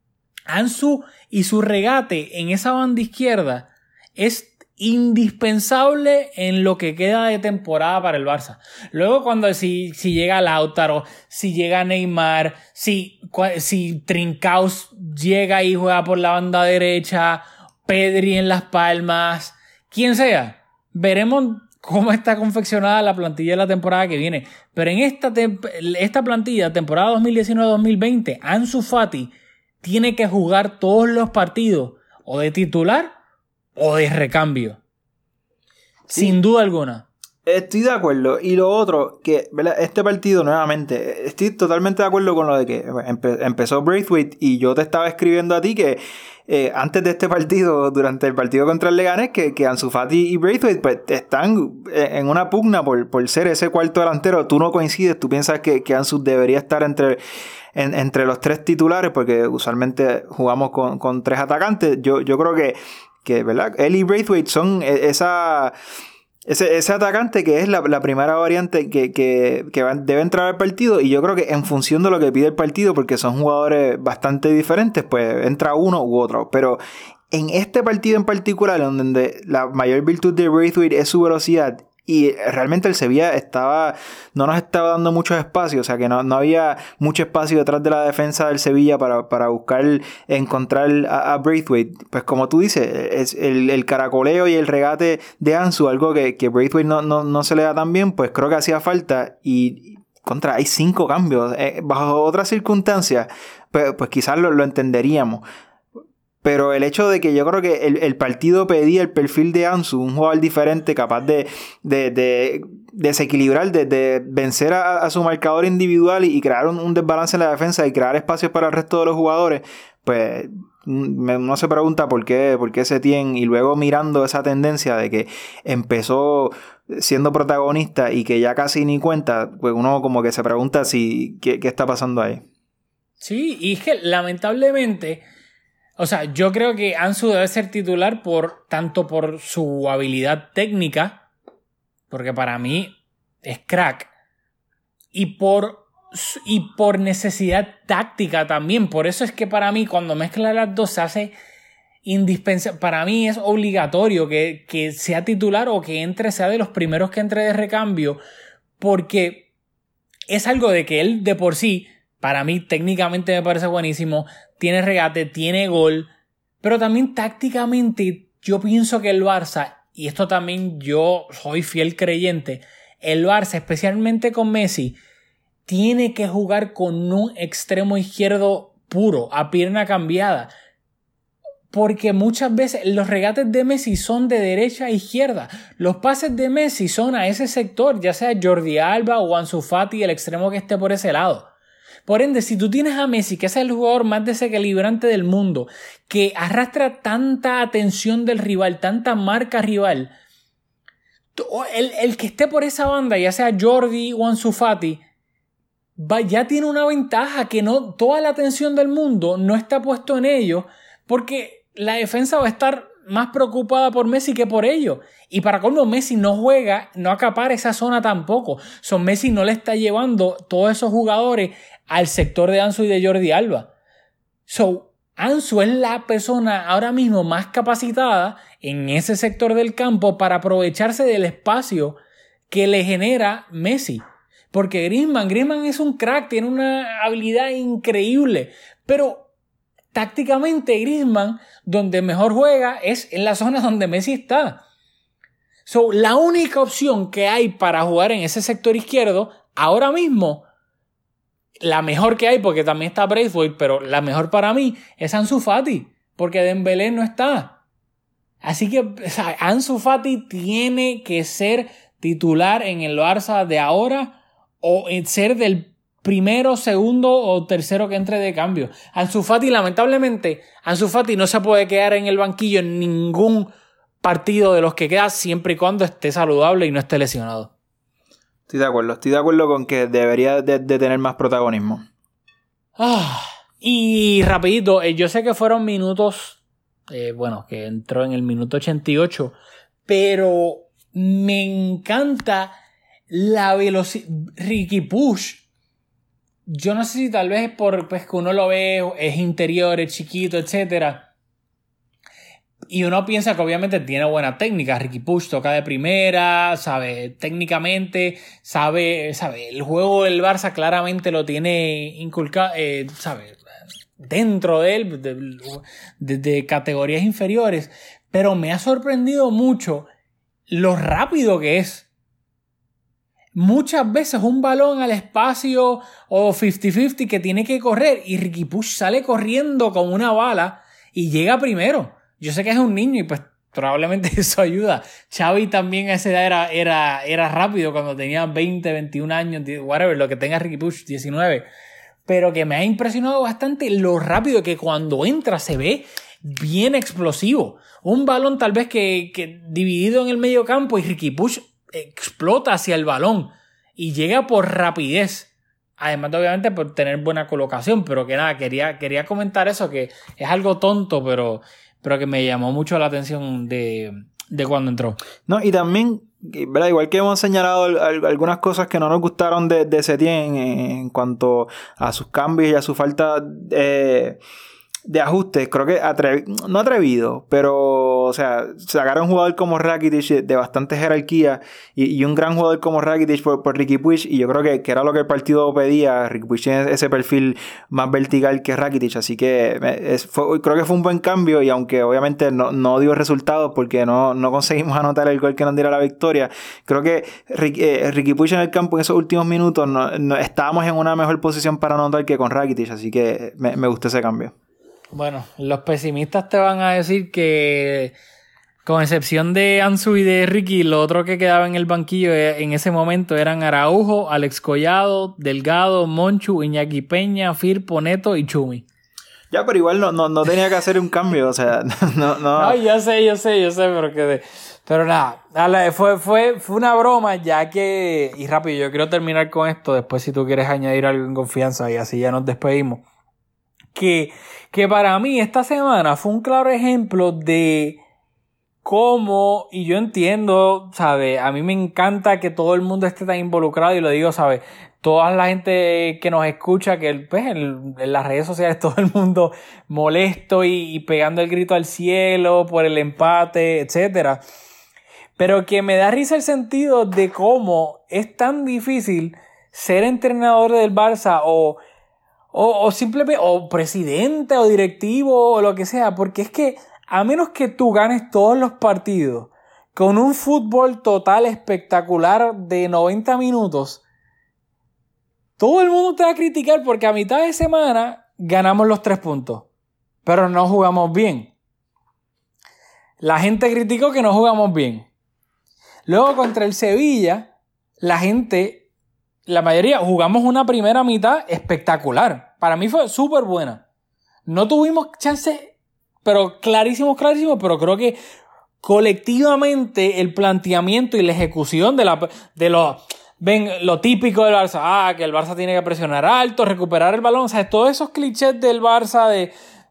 S1: Ansu y su regate en esa banda izquierda es indispensable en lo que queda de temporada para el Barça. Luego cuando si, si llega Lautaro, si llega Neymar, si, si Trincaus llega y juega por la banda derecha, Pedri en Las Palmas, quien sea, veremos cómo está confeccionada la plantilla de la temporada que viene. Pero en esta, esta plantilla, temporada dos mil diecinueve dos mil veinte, Ansu Fati tiene que jugar todos los partidos o de titular o de recambio. Sí, sin duda alguna.
S5: Estoy de acuerdo. Y lo otro, que ¿verdad? Este partido nuevamente, estoy totalmente de acuerdo con lo de que empe- empezó Braithwaite, y yo te estaba escribiendo a ti que eh, antes de este partido, durante el partido contra el Leganés, que, que Ansu Fati y Braithwaite pues, están en una pugna por, por ser ese cuarto delantero. Tú no coincides, tú piensas que, que Ansu debería estar entre... En, entre los tres titulares, porque usualmente jugamos con, con tres atacantes. Yo, yo creo que, que ¿verdad? Él y Braithwaite son esa, ese, ese atacante que es la, la primera variante que, que, que debe entrar al partido, y yo creo que en función de lo que pide el partido, porque son jugadores bastante diferentes, pues entra uno u otro. Pero en este partido en particular, en donde la mayor virtud de Braithwaite es su velocidad, y realmente el Sevilla estaba no nos estaba dando mucho espacio, o sea que no, no había mucho espacio detrás de la defensa del Sevilla para, para buscar encontrar a, a Braithwaite. Pues como tú dices, es el, el caracoleo y el regate de Ansu, algo que, que Braithwaite no, no, no se le da tan bien, pues creo que hacía falta. Y contra, hay cinco cambios eh, bajo otras circunstancias, pues, pues quizás lo, lo entenderíamos. Pero el hecho de que yo creo que el, el partido pedía el perfil de Ansu, un jugador diferente, capaz de, de, de desequilibrar, de, de vencer a, a su marcador individual y, y crear un, un desbalance en la defensa y crear espacios para el resto de los jugadores, pues uno se pregunta por qué, por qué Setién, y luego mirando esa tendencia de que empezó siendo protagonista y que ya casi ni cuenta, pues uno como que se pregunta si qué, qué está pasando ahí.
S1: Sí, y es que lamentablemente... O sea, yo creo que Ansu debe ser titular por tanto por su habilidad técnica, porque para mí es crack, y por, y por necesidad táctica también. Por eso es que para mí, cuando mezcla las dos, se hace indispensable. Para mí es obligatorio que, que sea titular, o que entre, sea de los primeros que entre de recambio, porque es algo de que él de por sí, para mí técnicamente me parece buenísimo, tiene regate, tiene gol, pero también tácticamente yo pienso que el Barça, y esto también yo soy fiel creyente, el Barça, especialmente con Messi, tiene que jugar con un extremo izquierdo puro, a pierna cambiada, porque muchas veces los regates de Messi son de derecha a izquierda, los pases de Messi son a ese sector, ya sea Jordi Alba o Ansu Fati, el extremo que esté por ese lado. Por ende, si tú tienes a Messi, que es el jugador más desequilibrante del mundo, que arrastra tanta atención del rival, tanta marca rival, el, el que esté por esa banda, ya sea Jordi o Ansu Fati, va, ya tiene una ventaja, que no toda la atención del mundo no está puesto en ellos, porque la defensa va a estar más preocupada por Messi que por ellos. Y para colmo, Messi no juega, no acapara esa zona tampoco. Son Messi no le está llevando todos esos jugadores al sector de Ansu y de Jordi Alba. So, Ansu es la persona ahora mismo más capacitada en ese sector del campo para aprovecharse del espacio que le genera Messi. Porque Griezmann, Griezmann es un crack, tiene una habilidad increíble, pero tácticamente Griezmann, donde mejor juega es en la zona donde Messi está. So, la única opción que hay para jugar en ese sector izquierdo, ahora mismo, la mejor que hay, porque también está Braithwaite, pero la mejor para mí es Ansu Fati, porque Dembélé no está. Así que o sea, Ansu Fati tiene que ser titular en el Barça de ahora o ser del primero, segundo o tercero que entre de cambio. Ansu Fati, lamentablemente, Ansu Fati no se puede quedar en el banquillo en ningún partido de los que queda siempre y cuando esté saludable y no esté lesionado.
S5: Estoy de acuerdo, estoy de acuerdo con que debería de, de tener más protagonismo.
S1: Ah, y rapidito, eh, yo sé que fueron minutos, eh, bueno, que entró en el minuto ochenta y ocho, pero me encanta la velocidad. Riqui Puig, yo no sé si tal vez por pues, que uno lo ve, es interior, es chiquito, etcétera. Y uno piensa que obviamente tiene buena técnica. Riqui Puig toca de primera, sabe, técnicamente, sabe, sabe, el juego del Barça claramente lo tiene inculcado, eh, sabe, dentro de él, de, de, de categorías inferiores. Pero me ha sorprendido mucho lo rápido que es. Muchas veces un balón al espacio o cincuenta cincuenta que tiene que correr y Riqui Puig sale corriendo como una bala y llega primero. Yo sé que es un niño y pues probablemente eso ayuda. Xavi también a esa edad era, era, era rápido cuando tenía veinte, veintiún años, whatever, lo que tenga Riqui Puig, diecinueve. Pero que me ha impresionado bastante lo rápido que cuando entra se ve bien explosivo. Un balón tal vez que, que dividido en el medio campo y Riqui Puig explota hacia el balón y llega por rapidez. Además de obviamente por tener buena colocación, pero que nada, quería, quería comentar eso, que es algo tonto, pero... pero que me llamó mucho la atención de, de cuando entró.
S5: No, y también, ¿verdad? Igual que hemos señalado algunas cosas que no nos gustaron de, de Setién en cuanto a sus cambios y a su falta de, de ajustes, creo que atrevi- no atrevido, pero o sea, sacar a un jugador como Rakitic de bastante jerarquía y, y un gran jugador como Rakitic por, por Riqui Puig, y yo creo que, que era lo que el partido pedía. Riqui Puig tiene ese perfil más vertical que Rakitic, así que es, fue, creo que fue un buen cambio, y aunque obviamente no, no dio resultados porque no, no conseguimos anotar el gol que nos diera la victoria, creo que Riqui, eh, Riqui Puig en el campo en esos últimos minutos no, no, estábamos en una mejor posición para anotar que con Rakitic, así que me, me gustó ese cambio.
S1: Bueno, los pesimistas te van a decir que con excepción de Ansu y de Riqui, lo otro que quedaba en el banquillo en ese momento eran Araujo, Alex Collado, Delgado, Monchu, Iñaki Peña, Firpo, Neto y Chumi.
S5: Ya, pero igual no, no, no tenía que hacer un cambio, o sea, no, no.
S1: No, yo sé, yo sé, yo sé, pero que de... pero nada, fue, fue, fue una broma, ya que, y rápido, yo quiero terminar con esto, después si tú quieres añadir algo en confianza y así ya nos despedimos. Que, que para mí esta semana fue un claro ejemplo de cómo, y yo entiendo, ¿sabes? A mí me encanta que todo el mundo esté tan involucrado, y lo digo, ¿sabes? Toda la gente que nos escucha, que pues, en, en las redes sociales todo el mundo molesto y, y pegando el grito al cielo por el empate, etcétera. Pero que me da risa el sentido de cómo es tan difícil ser entrenador del Barça o O, o simplemente, o presidente, o directivo, o lo que sea, porque es que a menos que tú ganes todos los partidos con un fútbol total espectacular de noventa minutos, todo el mundo te va a criticar porque a mitad de semana ganamos los tres puntos, pero no jugamos bien. La gente criticó que no jugamos bien. Luego contra el Sevilla, la gente... la mayoría jugamos una primera mitad espectacular. Para mí fue súper buena. No tuvimos chances, pero clarísimos, clarísimos, pero creo que colectivamente el planteamiento y la ejecución de, la, de lo, ven, lo típico del Barça, ah, que el Barça tiene que presionar alto, recuperar el balón, o sea, todos esos clichés del Barça de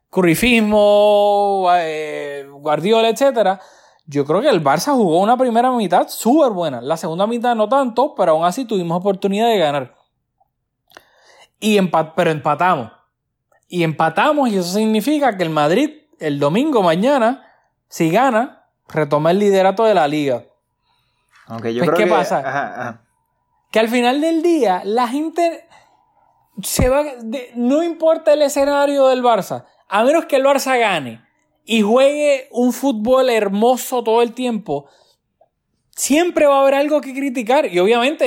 S1: currifismo, eh, Guardiola, etcétera. Yo creo que el Barça jugó una primera mitad súper buena. La segunda mitad no tanto, pero aún así tuvimos oportunidad de ganar. Y empat- pero empatamos. y empatamos, y eso significa que el Madrid, el domingo mañana, si gana, retoma el liderato de la liga.
S5: Aunque yo
S1: pues,
S5: creo
S1: ¿qué
S5: que,
S1: pasa?
S5: Ajá, ajá.
S1: Que al final del día, la gente se va, de, no importa el escenario del Barça, a menos que el Barça gane y juegue un fútbol hermoso todo el tiempo, siempre va a haber algo que criticar. Y obviamente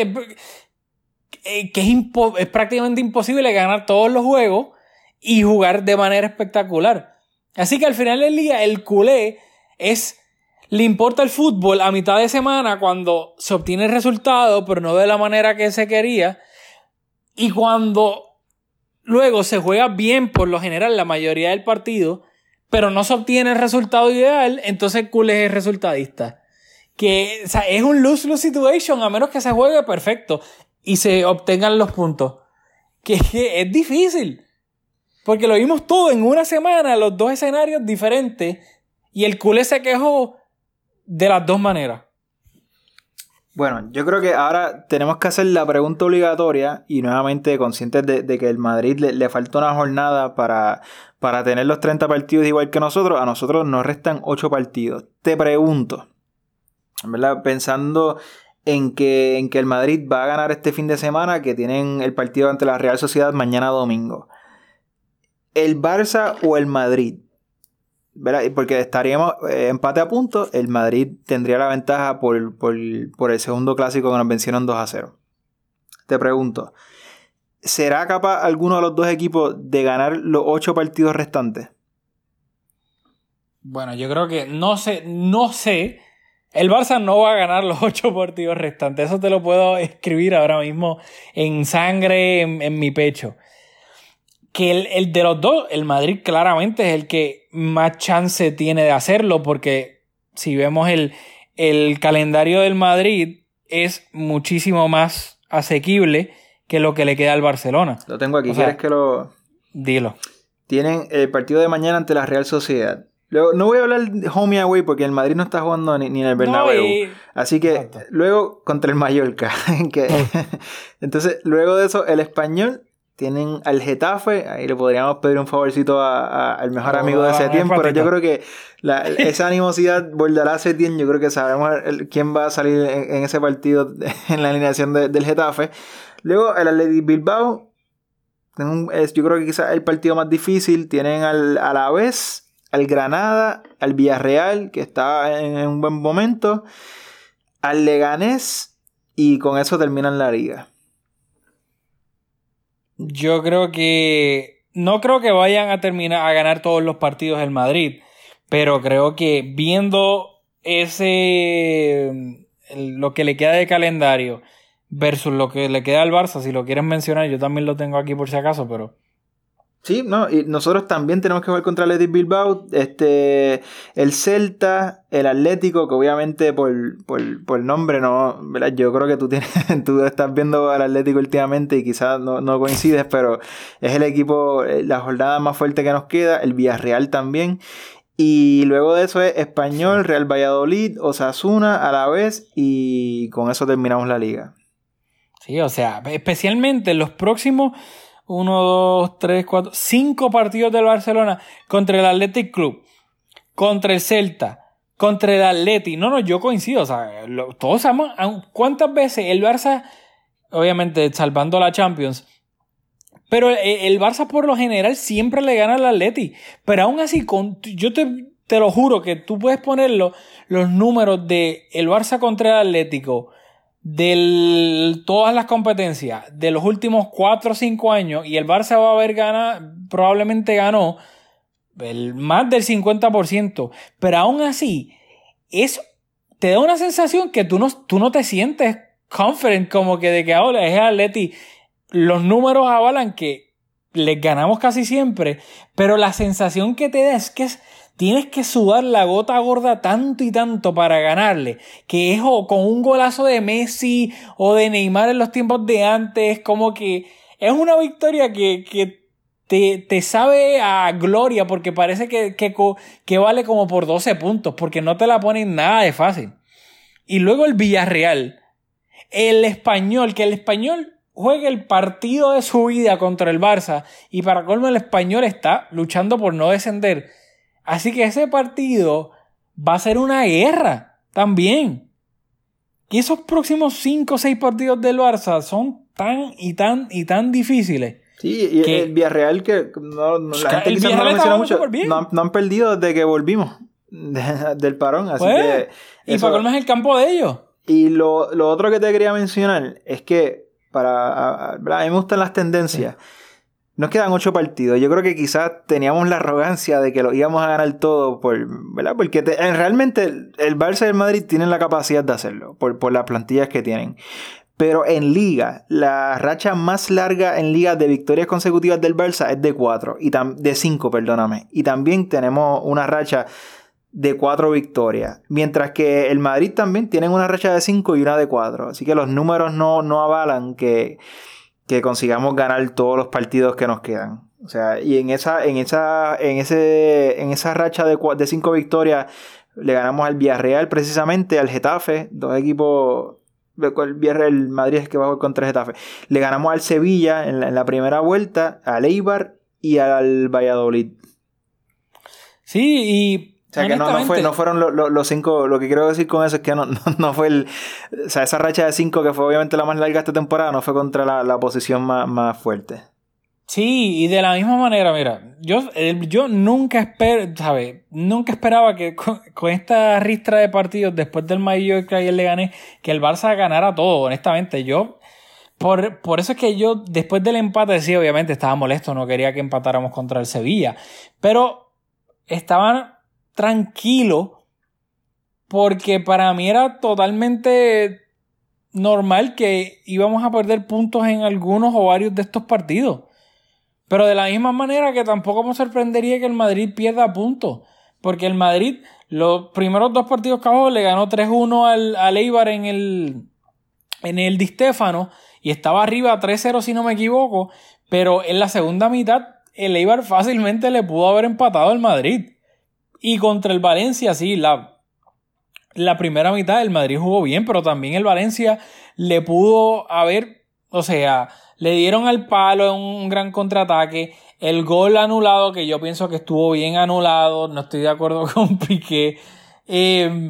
S1: eh, que es, impo- es prácticamente imposible ganar todos los juegos y jugar de manera espectacular. Así que al final del día, el culé es... le importa el fútbol a mitad de semana cuando se obtiene el resultado, pero no de la manera que se quería. Y cuando luego se juega bien, por lo general, la mayoría del partido, pero no se obtiene el resultado ideal, entonces el culé es resultadista. Que, o sea, es un lose-lose situation, a menos que se juegue perfecto y se obtengan los puntos. Que, que es difícil. Porque lo vimos todo en una semana, los dos escenarios diferentes, y el culé se quejó de las dos maneras.
S5: Bueno, yo creo que ahora tenemos que hacer la pregunta obligatoria y nuevamente conscientes de, de que el Madrid le, le falta una jornada para, para tener los treinta partidos igual que nosotros. A nosotros nos restan ocho partidos. Te pregunto, ¿verdad? Pensando en que, en que el Madrid va a ganar este fin de semana, que tienen el partido ante la Real Sociedad mañana domingo. ¿El Barça o el Madrid? ¿Verdad? Porque estaríamos eh, empate a punto. El Madrid tendría la ventaja por, por, por el segundo clásico que nos vencieron dos a cero. Te pregunto, ¿será capaz alguno de los dos equipos de ganar los ocho partidos restantes?
S1: Bueno, yo creo que no sé, no sé. El Barça no va a ganar los ocho partidos restantes. Eso te lo puedo escribir ahora mismo en sangre, en, en mi pecho. Que el, el de los dos, el Madrid claramente es el que más chance tiene de hacerlo, porque si vemos el, el calendario del Madrid es muchísimo más asequible que lo que le queda al Barcelona.
S5: Lo tengo aquí,
S1: o sea,
S5: ¿quieres que lo...?
S1: Dilo.
S5: Tienen el partido de mañana ante la Real Sociedad. Luego, no voy a hablar de home y away porque el Madrid no está jugando ni, ni en el Bernabéu. No, y... Así que Exacto. Luego contra el Mallorca. que... Entonces, luego de eso, el Español... Tienen al Getafe, ahí le podríamos pedir un favorcito a, a, al mejor no, amigo de Setién, pero yo creo que la, esa animosidad bordará a Setién. Yo creo que sabemos el, quién va a salir en, en ese partido en la alineación de, del Getafe. Luego el Athletic Bilbao, un, es, yo creo que quizás el partido más difícil. Tienen al Alavés, al Granada, al Villarreal, que está en, en un buen momento, al Leganés, y con eso terminan la liga.
S1: Yo creo que... No creo que vayan a terminar a ganar todos los partidos del Madrid, pero creo que viendo ese... lo que le queda de calendario versus lo que le queda al Barça, si lo quieren mencionar, yo también lo tengo aquí por si acaso, pero...
S5: Sí, no, y nosotros también tenemos que jugar contra el Athletic Bilbao, este, el Celta, el Atlético, que obviamente por, por, por nombre no, ¿verdad? Yo creo que tú tienes, tú estás viendo al Atlético últimamente y quizás no, no coincides, pero es el equipo, la jornada más fuerte que nos queda, el Villarreal también, y luego de eso es Español, Real Valladolid, Osasuna, Alavés, y con eso terminamos la liga.
S1: Sí, o sea, especialmente en los próximos uno, dos, tres, cuatro, cinco partidos del Barcelona contra el Athletic Club, contra el Celta, contra el Atleti. No, no, yo coincido. O sea, lo, todos sabemos cuántas veces el Barça, obviamente salvando la Champions, pero el, el Barça por lo general siempre le gana al Atleti. Pero aún así, con, yo te, te lo juro que tú puedes poner lo, los números de el Barça contra el Atlético de todas las competencias de los últimos cuatro o cinco años, y el Barça va a haber ganado, probablemente ganó el, más del cincuenta por ciento, pero aún así eso te da una sensación que tú no, tú no te sientes confident, como que de que ahora es el Atleti. Los números avalan que les ganamos casi siempre, pero la sensación que te da es que es tienes que sudar la gota gorda tanto y tanto para ganarle, que es o con un golazo de Messi o de Neymar en los tiempos de antes, como que es una victoria que, que te, te sabe a gloria, porque parece que, que, que vale como por doce puntos, porque no te la ponen nada de fácil. Y luego el Villarreal, el Español, que el Español juegue el partido de su vida contra el Barça y para colmo el Español está luchando por no descender. Así que ese partido va a ser una guerra también. Y esos próximos cinco o seis partidos del Barça son tan y tan y tan difíciles.
S5: Sí, y que, el Villarreal que no, no, la gente quizás no lo menciona mucho, no, no han perdido desde que volvimos de, del parón, así pues, que...
S1: Y eso, para colmo es el campo de ellos.
S5: Y lo, lo otro que te quería mencionar es que para a, a mí me gustan las tendencias. Sí. Nos quedan ocho partidos. Yo creo que quizás teníamos la arrogancia de que lo íbamos a ganar todo, por, ¿verdad? Porque te, realmente el, el Barça y el Madrid tienen la capacidad de hacerlo, por, por las plantillas que tienen. Pero en Liga, la racha más larga en Liga de victorias consecutivas del Barça es de cuatro, y tam, de cinco, perdóname. Y también tenemos una racha de cuatro victorias. Mientras que el Madrid también tienen una racha de cinco y una de cuatro. Así que los números no, no avalan que... que consigamos ganar todos los partidos que nos quedan. O sea, y en esa, en esa, en ese, en esa racha de, de cinco victorias le ganamos al Villarreal precisamente, al Getafe, dos equipos, el Villarreal, el Madrid es que va a jugar contra el Getafe. Le ganamos al Sevilla en la, en la primera vuelta, al Eibar y al Valladolid.
S1: Sí, y
S5: o sea, que no, no, fue, no fueron los lo, lo cinco... Lo que quiero decir con eso es que no, no, no fue el... O sea, esa racha de cinco, que fue obviamente la más larga esta temporada, no fue contra la, la posición más, más fuerte.
S1: Sí, y de la misma manera, mira, yo, yo nunca espero, ¿sabes? Nunca esperaba que con, con esta ristra de partidos, después del Mallorca que ayer le gané, que el Barça ganara todo, honestamente. Yo... Por, por eso es que yo, después del empate, sí, obviamente estaba molesto, no quería que empatáramos contra el Sevilla. Pero estaban... tranquilo, porque para mí era totalmente normal que íbamos a perder puntos en algunos o varios de estos partidos. Pero de la misma manera que tampoco me sorprendería que el Madrid pierda puntos, porque el Madrid los primeros dos partidos que jugó le ganó tres uno al, al Eibar en el, en el Di Stéfano y estaba arriba tres cero si no me equivoco, pero en la segunda mitad el Eibar fácilmente le pudo haber empatado al Madrid. Y contra el Valencia, sí, la, la primera mitad el Madrid jugó bien, pero también el Valencia le pudo haber, o sea, le dieron al palo en un gran contraataque, el gol anulado, que yo pienso que estuvo bien anulado, no estoy de acuerdo con Piqué, eh,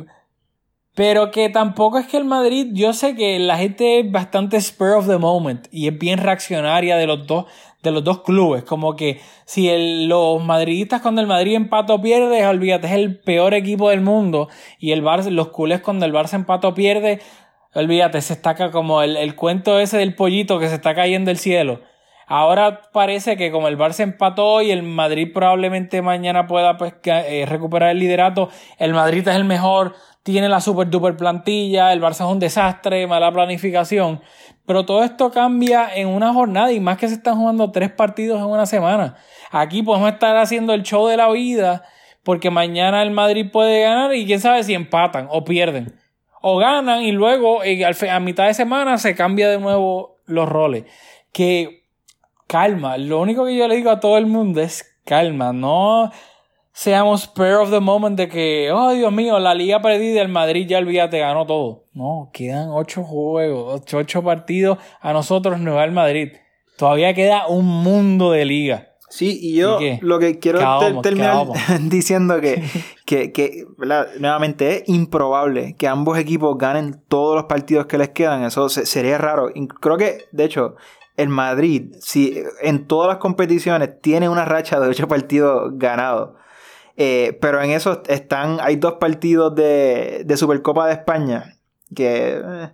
S1: pero que tampoco es que el Madrid, yo sé que la gente es bastante spur of the moment y es bien reaccionaria de los dos, de los dos clubes, como que si el, los madridistas cuando el Madrid empata o pierde, olvídate, es el peor equipo del mundo, y el Barça, los culés cuando el Barça empata o pierde, olvídate, se está como el, el cuento ese del pollito que se está cayendo del cielo. Ahora parece que como el Barça empató y el Madrid probablemente mañana pueda pues, eh, recuperar el liderato, el Madrid es el mejor, tiene la super duper plantilla, el Barça es un desastre, mala planificación, pero todo esto cambia en una jornada y más que se están jugando tres partidos en una semana. Aquí podemos estar haciendo el show de la vida porque mañana el Madrid puede ganar y quién sabe si empatan o pierden. O ganan y luego eh, a mitad de semana se cambia de nuevo los roles. Que calma, lo único que yo le digo a todo el mundo es calma, no seamos spur of the moment de que, oh Dios mío, la liga perdida, el Madrid ya olvídate, ganó todo. No, quedan ocho juegos, ocho, ocho partidos, a nosotros no va el Madrid. Todavía queda un mundo de liga.
S5: Sí, y yo que, lo que quiero ter- terminar diciendo que, que, que ¿verdad? Nuevamente es improbable que ambos equipos ganen todos los partidos que les quedan. Eso se- sería raro. Creo que, de hecho, el Madrid, si en todas las competiciones tiene una racha de ocho partidos ganados. Eh, pero en eso están, hay dos partidos de, de Supercopa de España que, eh,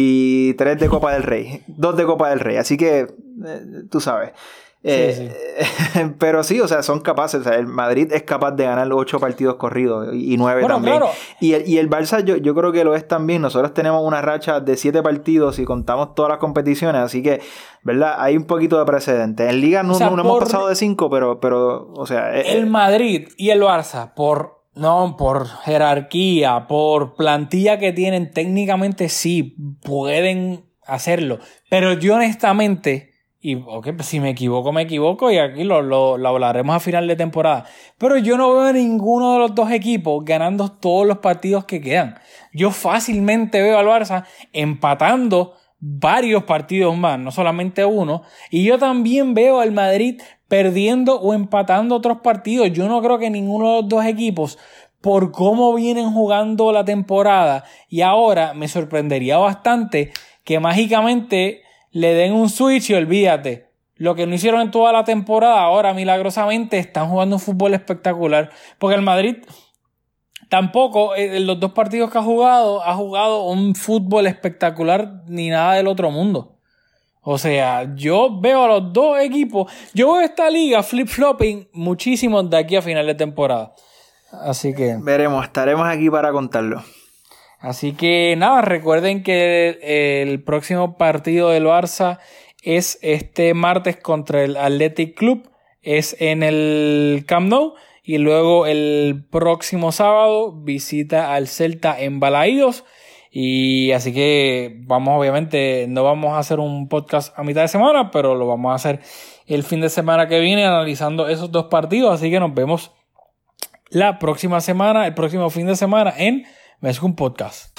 S5: y tres de Copa del Rey, dos de Copa del Rey, así que eh, tú sabes. Eh, sí, sí. Pero sí, o sea, son capaces. O sea, el Madrid es capaz de ganar los ocho partidos corridos y nueve bueno, también. Claro. Y, el, y el Barça, yo, yo creo que lo es también. Nosotros tenemos una racha de siete partidos y contamos todas las competiciones, así que, ¿verdad? Hay un poquito de precedente. En Liga no, o sea, no, no hemos pasado de cinco, pero, pero o sea.
S1: El eh, Madrid y el Barça, por. No, por jerarquía, por plantilla que tienen, técnicamente sí, pueden hacerlo. Pero yo honestamente. Y ok, pues si me equivoco, me equivoco y aquí lo, lo, lo hablaremos a final de temporada. Pero yo no veo a ninguno de los dos equipos ganando todos los partidos que quedan. Yo fácilmente veo al Barça empatando varios partidos más, no solamente uno. Y yo también veo al Madrid perdiendo o empatando otros partidos. Yo no creo que ninguno de los dos equipos, por cómo vienen jugando la temporada, y ahora me sorprendería bastante que mágicamente le den un switch y olvídate. Lo que no hicieron en toda la temporada, ahora milagrosamente están jugando un fútbol espectacular. Porque el Madrid tampoco, en los dos partidos que ha jugado, ha jugado un fútbol espectacular ni nada del otro mundo. O sea, yo veo a los dos equipos, yo veo esta liga flip-flopping muchísimo de aquí a final de temporada. Así que
S5: veremos, estaremos aquí para contarlo.
S1: Así que nada, recuerden que el, el próximo partido del Barça es este martes contra el Athletic Club, es en el Camp Nou, y luego el próximo sábado visita al Celta en Balaídos. Y así que vamos, obviamente, no vamos a hacer un podcast a mitad de semana, pero lo vamos a hacer el fin de semana que viene analizando esos dos partidos. Así que nos vemos la próxima semana, el próximo fin de semana en Mezcum Podcast.